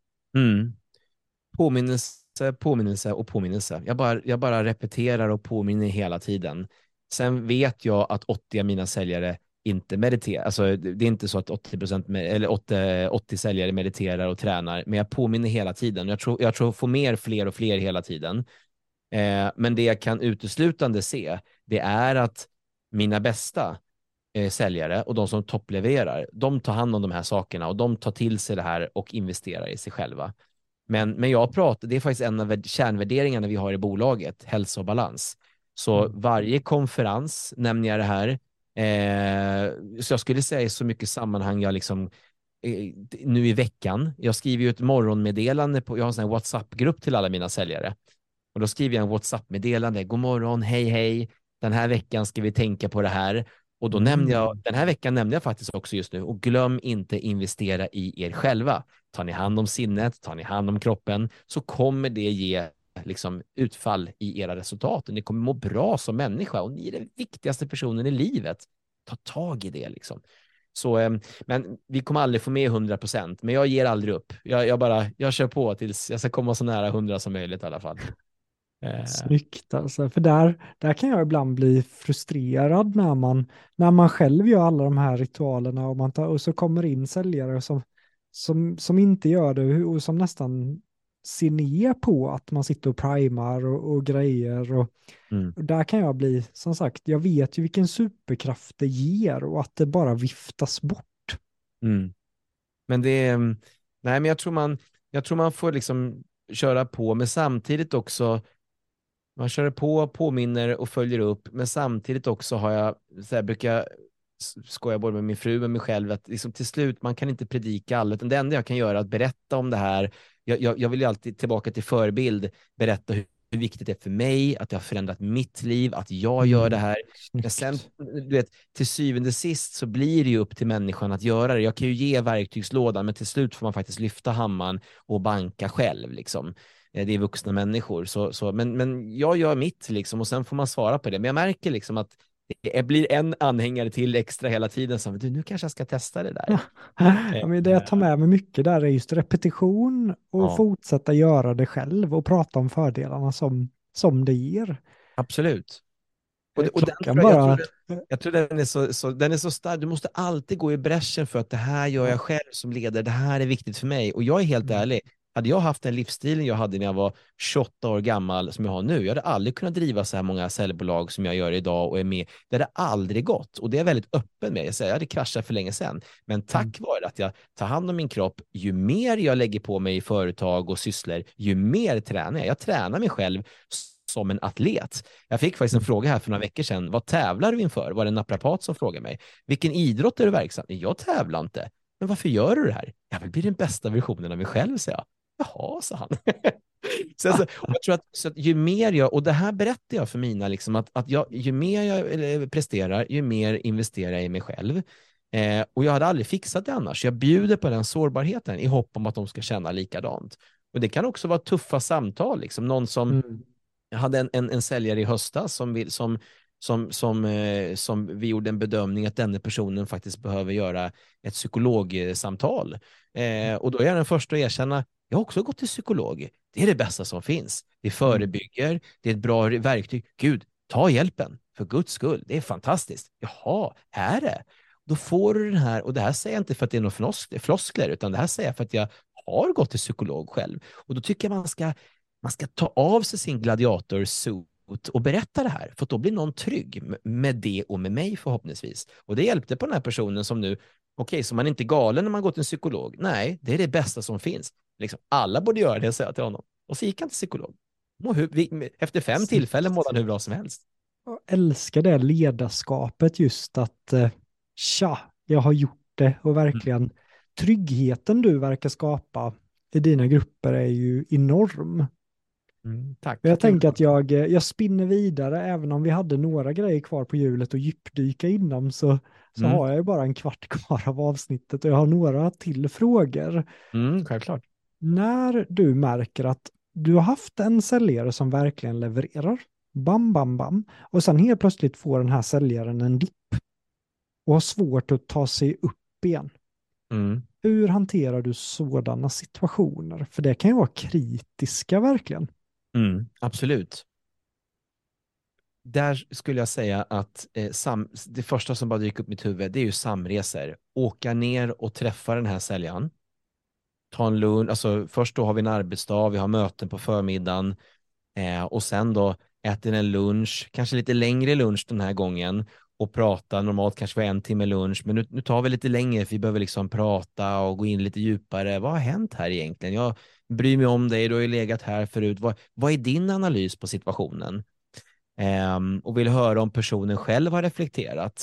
Påminnelse och påminnelse. Jag bara repeterar och påminner hela tiden. Sen vet jag att 80 av mina säljare inte mediterar. Alltså, det är inte så att 80 säljare mediterar och tränar, men jag påminner hela tiden. Jag tror får fler och fler hela tiden. Men det jag kan uteslutande se, det är att mina bästa säljare och de som topplevererar, de tar hand om de här sakerna och de tar till sig det här och investerar i sig själva. Men det är faktiskt en av kärnvärderingarna vi har i bolaget, hälsa och balans. Så varje konferens nämner jag det här. Så jag skulle säga i så mycket sammanhang jag liksom nu i veckan. Jag skriver ju ett morgonmeddelande jag har en sån här WhatsApp-grupp till alla mina säljare. Och då skriver jag en WhatsApp-meddelande. God morgon, hej. Den här veckan ska vi tänka på det här. Och då den här veckan nämnde jag faktiskt också just nu. Och glöm inte investera i er själva. Tar ni hand om sinnet, tar ni hand om kroppen, så kommer det ge liksom utfall i era resultat. Ni kommer må bra som människa och ni är den viktigaste personen i livet. Ta tag i det liksom. Så, men vi kommer aldrig få med 100%, men jag ger aldrig upp. Jag kör på tills jag ska komma så nära 100 som möjligt i alla fall. Snyggt alltså, för där kan jag ibland bli frustrerad när man själv gör alla de här ritualerna och så kommer in säljare som inte gör det och som nästan ser ner på att man sitter och primar och grejer och där kan jag bli, som sagt, jag vet ju vilken superkraft det ger och att det bara viftas bort. Men men jag tror man får liksom köra på, men samtidigt också man kör på, påminner och följer upp, men samtidigt också brukar skoja både med min fru och med mig själv att liksom till slut, man kan inte predika alla, utan det enda jag kan göra är att berätta om det här. Jag vill ju alltid tillbaka till förebild, berätta hur viktigt det är för mig, att det har förändrat mitt liv, att jag gör det här. Men sen, du vet, till syvende sist så blir det ju upp till människan att göra det. Jag kan ju ge verktygslådan, men till slut får man faktiskt lyfta hammaren och banka själv liksom. Det är vuxna människor. Men jag gör mitt liksom, och sen får man svara på det. Men jag märker liksom att det blir en anhängare till extra hela tiden som nu kanske jag ska testa det där. Ja, men det jag tar med mig mycket där är just repetition och fortsätta göra det själv och prata om fördelarna som det ger. Absolut. Jag tror den är så stark. Du måste alltid gå i bräschen för att det här gör jag själv som ledare. Det här är viktigt för mig. Och jag är helt ärlig. Hade jag haft den livsstilen jag hade när jag var 28 år gammal som jag har nu, jag hade aldrig kunnat driva så här många säljbolag som jag gör idag och är med. Det hade aldrig gått. Och det är väldigt öppen med. Jag hade kraschat för länge sedan. Men tack vare att jag tar hand om min kropp, ju mer jag lägger på mig i företag och sysslor, ju mer tränar jag. Jag tränar mig själv som en atlet. Jag fick faktiskt en fråga här för några veckor sedan. Vad tävlar du inför? Var det en naprapat som frågade mig. Vilken idrott är du verksam i? Jag tävlar inte. Men varför gör du det här? Jag vill bli den bästa versionen av mig själv, säger jag. Jaha, sa han. Och jag tror att, så att ju mer jag, och det här berättar jag för mina, liksom, att ju mer jag presterar, ju mer investerar jag i mig själv. Och jag hade aldrig fixat det annars. Jag bjuder på den sårbarheten i hopp om att de ska känna likadant. Och det kan också vara tuffa samtal. Liksom. Någon som jag hade en säljare i höstas som vi gjorde en bedömning att denna personen faktiskt behöver göra ett psykologsamtal. Och då är jag den första att erkänna, jag har också gått till psykolog. Det är det bästa som finns. Det förebygger, det är ett bra verktyg. Gud, ta hjälpen, för Guds skull. Det är fantastiskt. Jaha, här är det. Då får du den här, och det här säger jag inte för att det är några floskler, utan det här säger jag för att jag har gått till psykolog själv. Och då tycker jag man ska ta av sig sin gladiator-suit och berätta det här, för då blir någon trygg med det och med mig förhoppningsvis. Och det hjälpte på den här personen som nu, okej, så man är inte galen när man går till en psykolog. Nej, det är det bästa som finns. Liksom, alla borde göra det, säger jag till honom. Och så gick han till psykolog. Efter 5 tillfällen mådde han hur bra som helst. Jag älskar det ledarskapet, just att jag har gjort det, och verkligen tryggheten du verkar skapa i dina grupper är ju enorm. Tack. Jag tänker att jag spinner vidare, även om vi hade några grejer kvar på hjulet och djupdyka inom, så har jag ju bara en kvart kvar av avsnittet och jag har några till frågor. Självklart. När du märker att du har haft en säljare som verkligen levererar, bam, bam, bam, och sen helt plötsligt får den här säljaren en dipp och har svårt att ta sig upp igen. Hur hanterar du sådana situationer? För det kan ju vara kritiska verkligen. Absolut. Där skulle jag säga att det första som bara dyker upp i mitt huvud, det är ju samresor. Åka ner och träffa den här säljaren. Ta en lunch, alltså först då har vi en arbetsdag, vi har möten på förmiddagen, och sen då äter en lunch, kanske lite längre lunch den här gången, och prata. Normalt kanske var 1 timme lunch, men nu tar vi lite längre, för vi behöver liksom prata och gå in lite djupare. Vad har hänt här egentligen? Jag bryr mig om dig, du har ju legat här förut. Vad är din analys på situationen? Och vill höra om personen själv har reflekterat.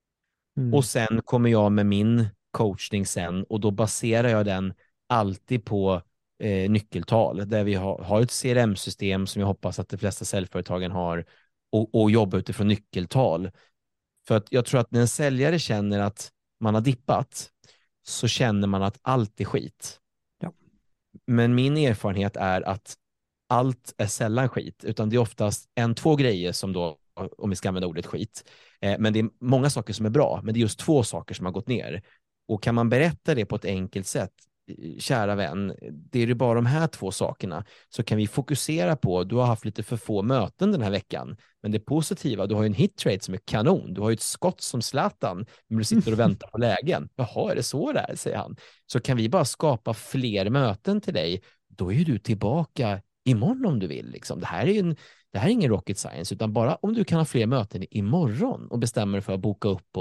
Och sen kommer jag med min coachning sen, och då baserar jag den alltid på nyckeltal, där vi har ett CRM-system som jag hoppas att de flesta säljföretagen har, och jobba utifrån nyckeltal. För att jag tror att när en säljare känner att man har dippat, så känner man att allt är skit. Ja. Men min erfarenhet är att allt är sällan skit, utan det är oftast 1-2 grejer som då, om vi ska använda ordet skit, men det är många saker som är bra, men det är just 2 saker som har gått ner. Och kan man berätta det på ett enkelt sätt, kära vän, det är ju bara de här 2 sakerna, så kan vi fokusera på, du har haft lite för få möten den här veckan, men det positiva, du har ju en hitrate som är kanon, du har ju ett skott som Zlatan, men du sitter och väntar på lägen. Jaha, är det så där, säger han. Så kan vi bara skapa fler möten till dig, då är ju du tillbaka imorgon om du vill. Liksom. Det här är ingen rocket science, utan bara om du kan ha fler möten imorgon och bestämmer dig för att boka upp,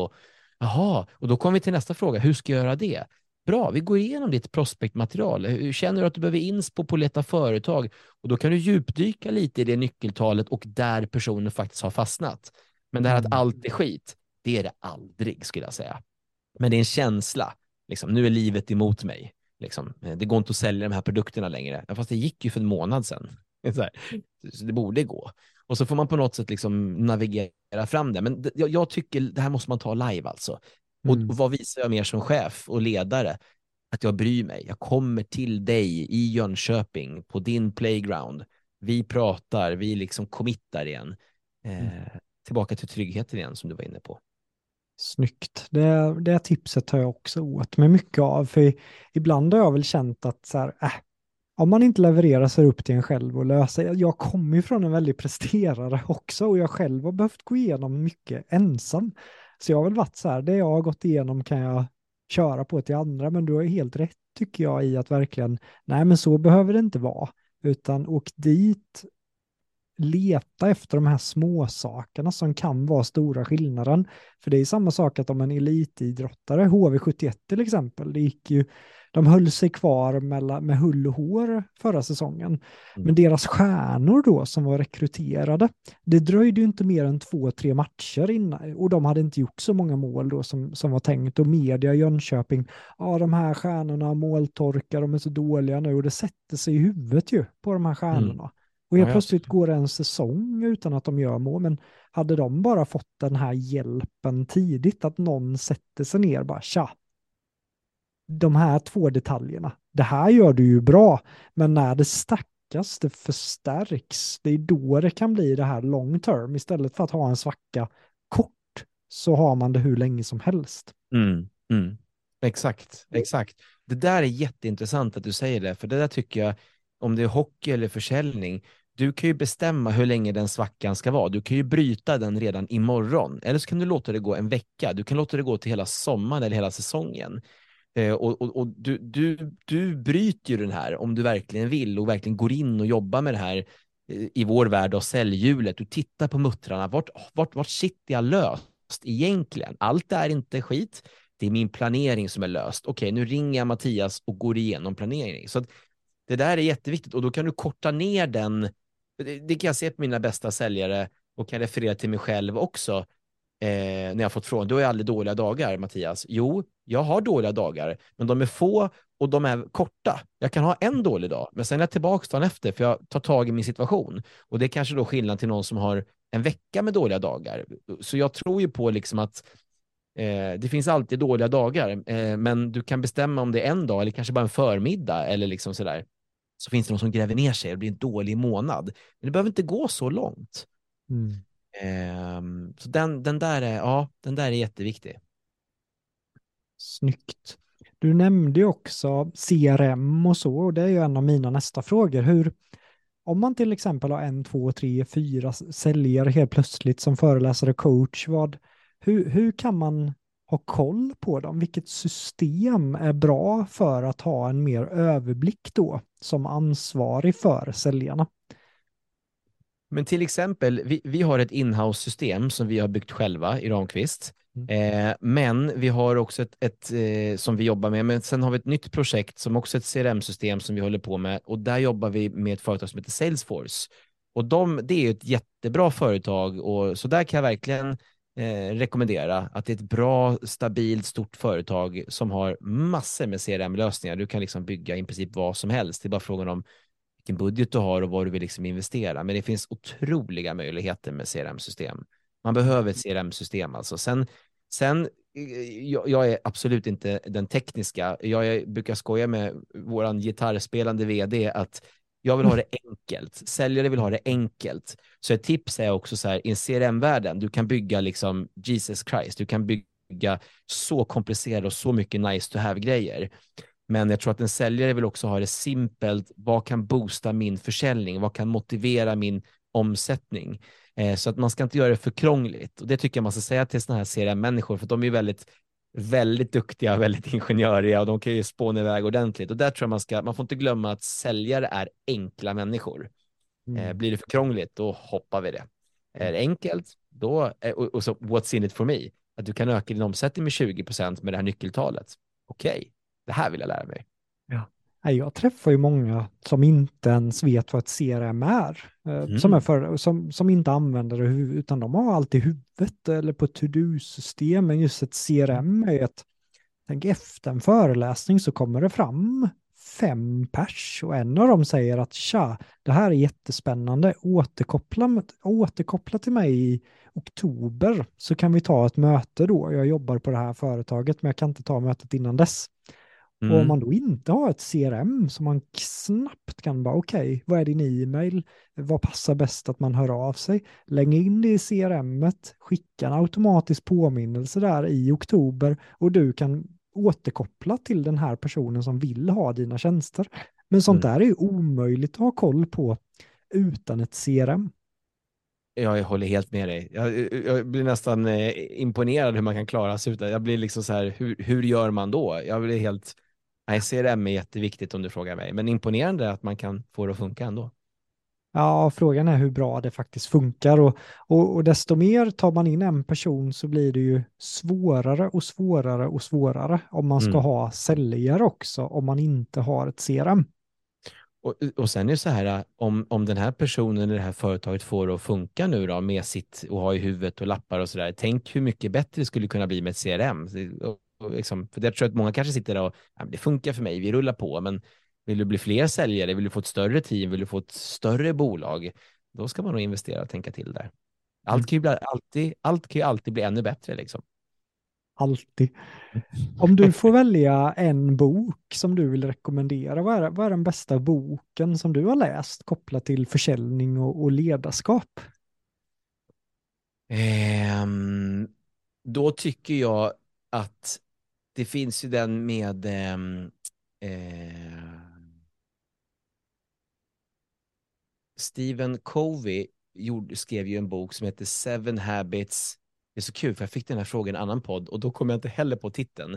och då kommer vi till nästa fråga, hur ska jag göra det? Bra, vi går igenom ditt prospektmaterial. Hur känner du att du behöver inspo på leta företag? Och då kan du djupdyka lite i det nyckeltalet och där personen faktiskt har fastnat. Men det här att allt är skit, det är det aldrig, skulle jag säga. Men det är en känsla. Liksom, nu är livet emot mig. Liksom, det går inte att sälja de här produkterna längre. Fast det gick ju för en månad sedan. Så det borde gå. Och så får man på något sätt liksom navigera fram det. Men jag tycker det här måste man ta live alltså. Och vad visar jag mer som chef och ledare? Att jag bryr mig. Jag kommer till dig i Jönköping på din playground. Vi pratar, vi liksom committar igen. Tillbaka till tryggheten igen som du var inne på. Snyggt. Det tipset har jag också åt mig mycket av. För ibland har jag väl känt att så här, om man inte levererar så är det upp till en själv att lösa. Jag kommer ju från en väldigt presterare också, och jag själv har behövt gå igenom mycket ensam. Så jag har väl varit så här, det jag har gått igenom kan jag köra på till andra, men du har ju helt rätt tycker jag i att verkligen, nej men så behöver det inte vara, utan åk dit, leta efter de här små sakerna som kan vara stora skillnaden. För det är samma sak att om en elitidrottare, HV71 till exempel, de höll sig kvar med hull och hår förra säsongen. Men deras stjärnor då som var rekryterade, det dröjde ju inte mer än 2-3 matcher innan och de hade inte gjort så många mål då som var tänkt. Och media i Jönköping, ja de här stjärnorna måltorkar, de är så dåliga nu och det sätter sig i huvudet ju på de här stjärnorna. Och helt plötsligt går det en säsong utan att de gör mål. Men hade de bara fått den här hjälpen tidigt, att någon sätter sig ner och bara tja, de här 2 detaljerna, det här gör du ju bra, men när det stackas, det förstärks, det är då det kan bli det här long term. Istället för att ha en svacka kort så har man det hur länge som helst. Exakt. Det där är jätteintressant att du säger det, för det där tycker jag, om det är hockey eller försäljning, du kan ju bestämma hur länge den svackan ska vara. Du kan ju bryta den redan imorgon. Eller så kan du låta det gå en vecka. Du kan låta det gå till hela sommaren eller hela säsongen. Och du bryter ju den här om du verkligen vill och verkligen går in och jobbar med det här i vår värld av säljhjulet. Du tittar på muttrarna. Vart sitter jag löst egentligen? Allt är inte skit. Det är min planering som är löst. Okej, nu ringer jag Mattias och går igenom planering. Så att det där är jätteviktigt och då kan du korta ner den. Det kan jag se på mina bästa säljare och kan referera till mig själv också när jag har fått frågan. Du har ju aldrig dåliga dagar, Mattias. Jo, jag har dåliga dagar, men de är få och de är korta. Jag kan ha en dålig dag, men sen är jag tillbaka dagen efter för jag tar tag i min situation. Och det är kanske då skillnad till någon som har en vecka med dåliga dagar. Så jag tror ju på liksom att det finns alltid dåliga dagar, men du kan bestämma om det är en dag eller kanske bara en förmiddag eller liksom sådär. Så finns det någon som gräver ner sig och blir en dålig månad. Men det behöver inte gå så långt. Så den där är jätteviktig. Snyggt. Du nämnde ju också CRM och så, och det är ju en av mina nästa frågor. Om man till exempel har 1, 2, 3, 4 säljare helt plötsligt som föreläsare och coach, hur kan man ha koll på dem? Vilket system är bra för att ha en mer överblick då som ansvarig för säljarna? Men till exempel, vi har ett inhouse-system som vi har byggt själva i Ramqvist. Men vi har också ett som vi jobbar med. Men sen har vi ett nytt projekt som också är ett CRM-system som vi håller på med. Och där jobbar vi med ett företag som heter Salesforce. Och det är ju ett jättebra företag. Och så där kan jag verkligen rekommendera att det är ett bra, stabilt, stort företag som har massor med CRM-lösningar. Du kan liksom bygga i princip vad som helst. Det är bara frågan om vilken budget du har och vad du vill liksom investera. Men det finns otroliga möjligheter med CRM-system. Man behöver ett CRM-system alltså. Sen jag är absolut inte den tekniska. Jag brukar skoja med våran gitarrspelande vd att jag vill ha det enkelt. Säljare vill ha det enkelt. Så ett tips är också så här, i en CRM-världen, du kan bygga liksom Jesus Christ. Du kan bygga så komplicerade och så mycket nice to have-grejer. Men jag tror att en säljare vill också ha det simpelt. Vad kan boosta min försäljning? Vad kan motivera min omsättning? Så att man ska inte göra det för krångligt. Och det tycker jag man ska säga till såna här CRM-människor, för de är väldigt, väldigt duktiga, väldigt ingenjöriga och de kan ju spåna iväg ordentligt. Och där tror jag man får inte glömma att säljare är enkla människor. Blir det för krångligt, då hoppar vi det. Är det enkelt, då, och så what's in it for me? Att du kan öka din omsättning med 20% med det här nyckeltalet. Okej, det här vill jag lära mig. Ja. Jag träffar ju många som inte ens vet vad ett CRM är. Som inte använder det utan de har allt i huvudet eller på to-do-system. Men just ett CRM är tänk efter en föreläsning så kommer det fram 5 pers och en av dem säger att tja, det här är jättespännande. Återkoppla till mig i oktober så kan vi ta ett möte då. Jag jobbar på det här företaget men jag kan inte ta mötet innan dess. Och om man då inte har ett CRM så man snabbt kan bara okej, vad är din e-mail? Vad passar bäst att man hör av sig? Lägg in det i CRM-et, skicka en automatisk påminnelse där i oktober och du kan återkoppla till den här personen som vill ha dina tjänster. Men sånt där är ju omöjligt att ha koll på utan ett CRM. Jag håller helt med dig. Jag blir nästan imponerad hur man kan klara sig utan. Jag blir liksom så här, hur gör man då? Jag blir helt... Nej, CRM är jätteviktigt om du frågar mig. Men imponerande att man kan få det att funka ändå. Ja, frågan är hur bra det faktiskt funkar och desto mer tar man in en person så blir det ju svårare och svårare och svårare om man ska Mm. ha säljare också om man inte har ett CRM. Och sen är det så här, om den här personen i det här företaget får det att funka nu då med sitt och ha i huvudet och lappar och sådär. Tänk hur mycket bättre det skulle kunna bli med ett CRM. Och liksom, för jag tror att många kanske sitter där och ja, det funkar för mig, vi rullar på, men vill du bli fler säljare, vill du få ett större team, vill du få ett större bolag, då ska man nog investera och tänka till där. Allt kan ju alltid bli ännu bättre liksom. Alltid. Om du får välja en bok som du vill rekommendera, vad är den bästa boken som du har läst kopplat till försäljning och ledarskap? Ehm, Då tycker jag att det finns ju den med Stephen Covey skrev ju en bok som heter Seven Habits. Det är så kul för jag fick den här frågan i en annan podd och då kom jag inte heller på titeln.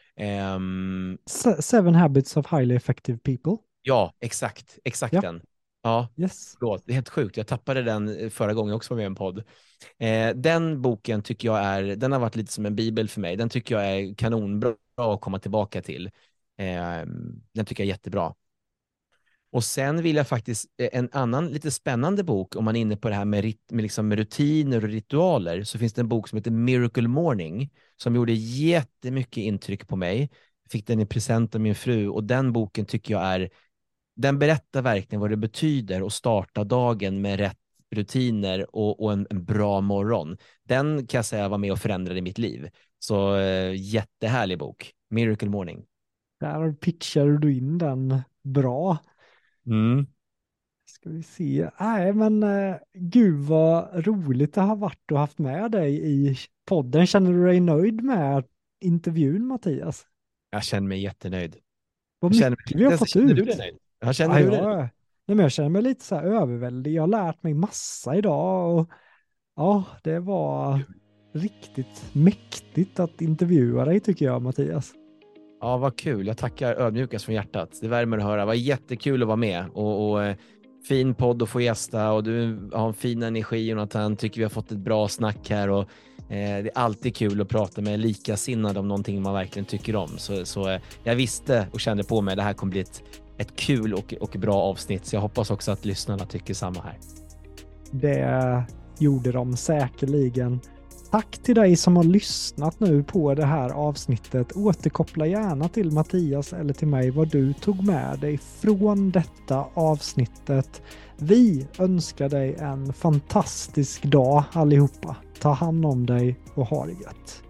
Seven Habits of Highly Effective People. Ja, exakt Ja, den. Ja, yes. förlåt, det är helt sjukt. Jag tappade den förra gången jag också var med i en podd. Den boken tycker jag den har varit lite som en bibel för mig. Den tycker jag är kanonbra att komma tillbaka till. Den tycker jag är jättebra. Och sen vill jag faktiskt en annan lite spännande bok om man är inne på det här med rutiner och ritualer, så finns det en bok som heter Miracle Morning som gjorde jättemycket intryck på mig. Fick den i present av min fru och den boken tycker jag den berättar verkligen vad det betyder att starta dagen med rätt rutiner och en bra morgon. Den kan jag säga var med och förändrade mitt liv. Så jättehärlig bok. Miracle Morning. Där pitchar du in den bra. Mm. Ska vi se. Nej, men gud vad roligt det har varit att ha haft med dig i podden. Känner du dig nöjd med intervjun, Mattias? Jag känner mig jättenöjd. Vad mycket vi har fått Känner du ut. dig nöjd? Jag känner du det? Nej, men jag känner mig lite så här överväldig. Jag har lärt mig massa idag och ja, det var riktigt mäktigt att intervjua dig tycker jag, Mattias. Ja, vad kul. Jag tackar ödmjukast från hjärtat. Det värmer att höra. Det var jättekul att vara med och fin podd att få gästa och du har en fin energi, Jonathan. Tycker vi har fått ett bra snack här och det är alltid kul att prata med likasinnade om någonting man verkligen tycker om. Så jag visste och kände på mig att det här kommer bli ett kul och bra avsnitt. Så jag hoppas också att lyssnarna tycker samma här. Det gjorde de säkerligen. Tack till dig som har lyssnat nu på det här avsnittet. Återkoppla gärna till Mattias eller till mig vad du tog med dig från detta avsnittet. Vi önskar dig en fantastisk dag allihopa. Ta hand om dig och ha det gött.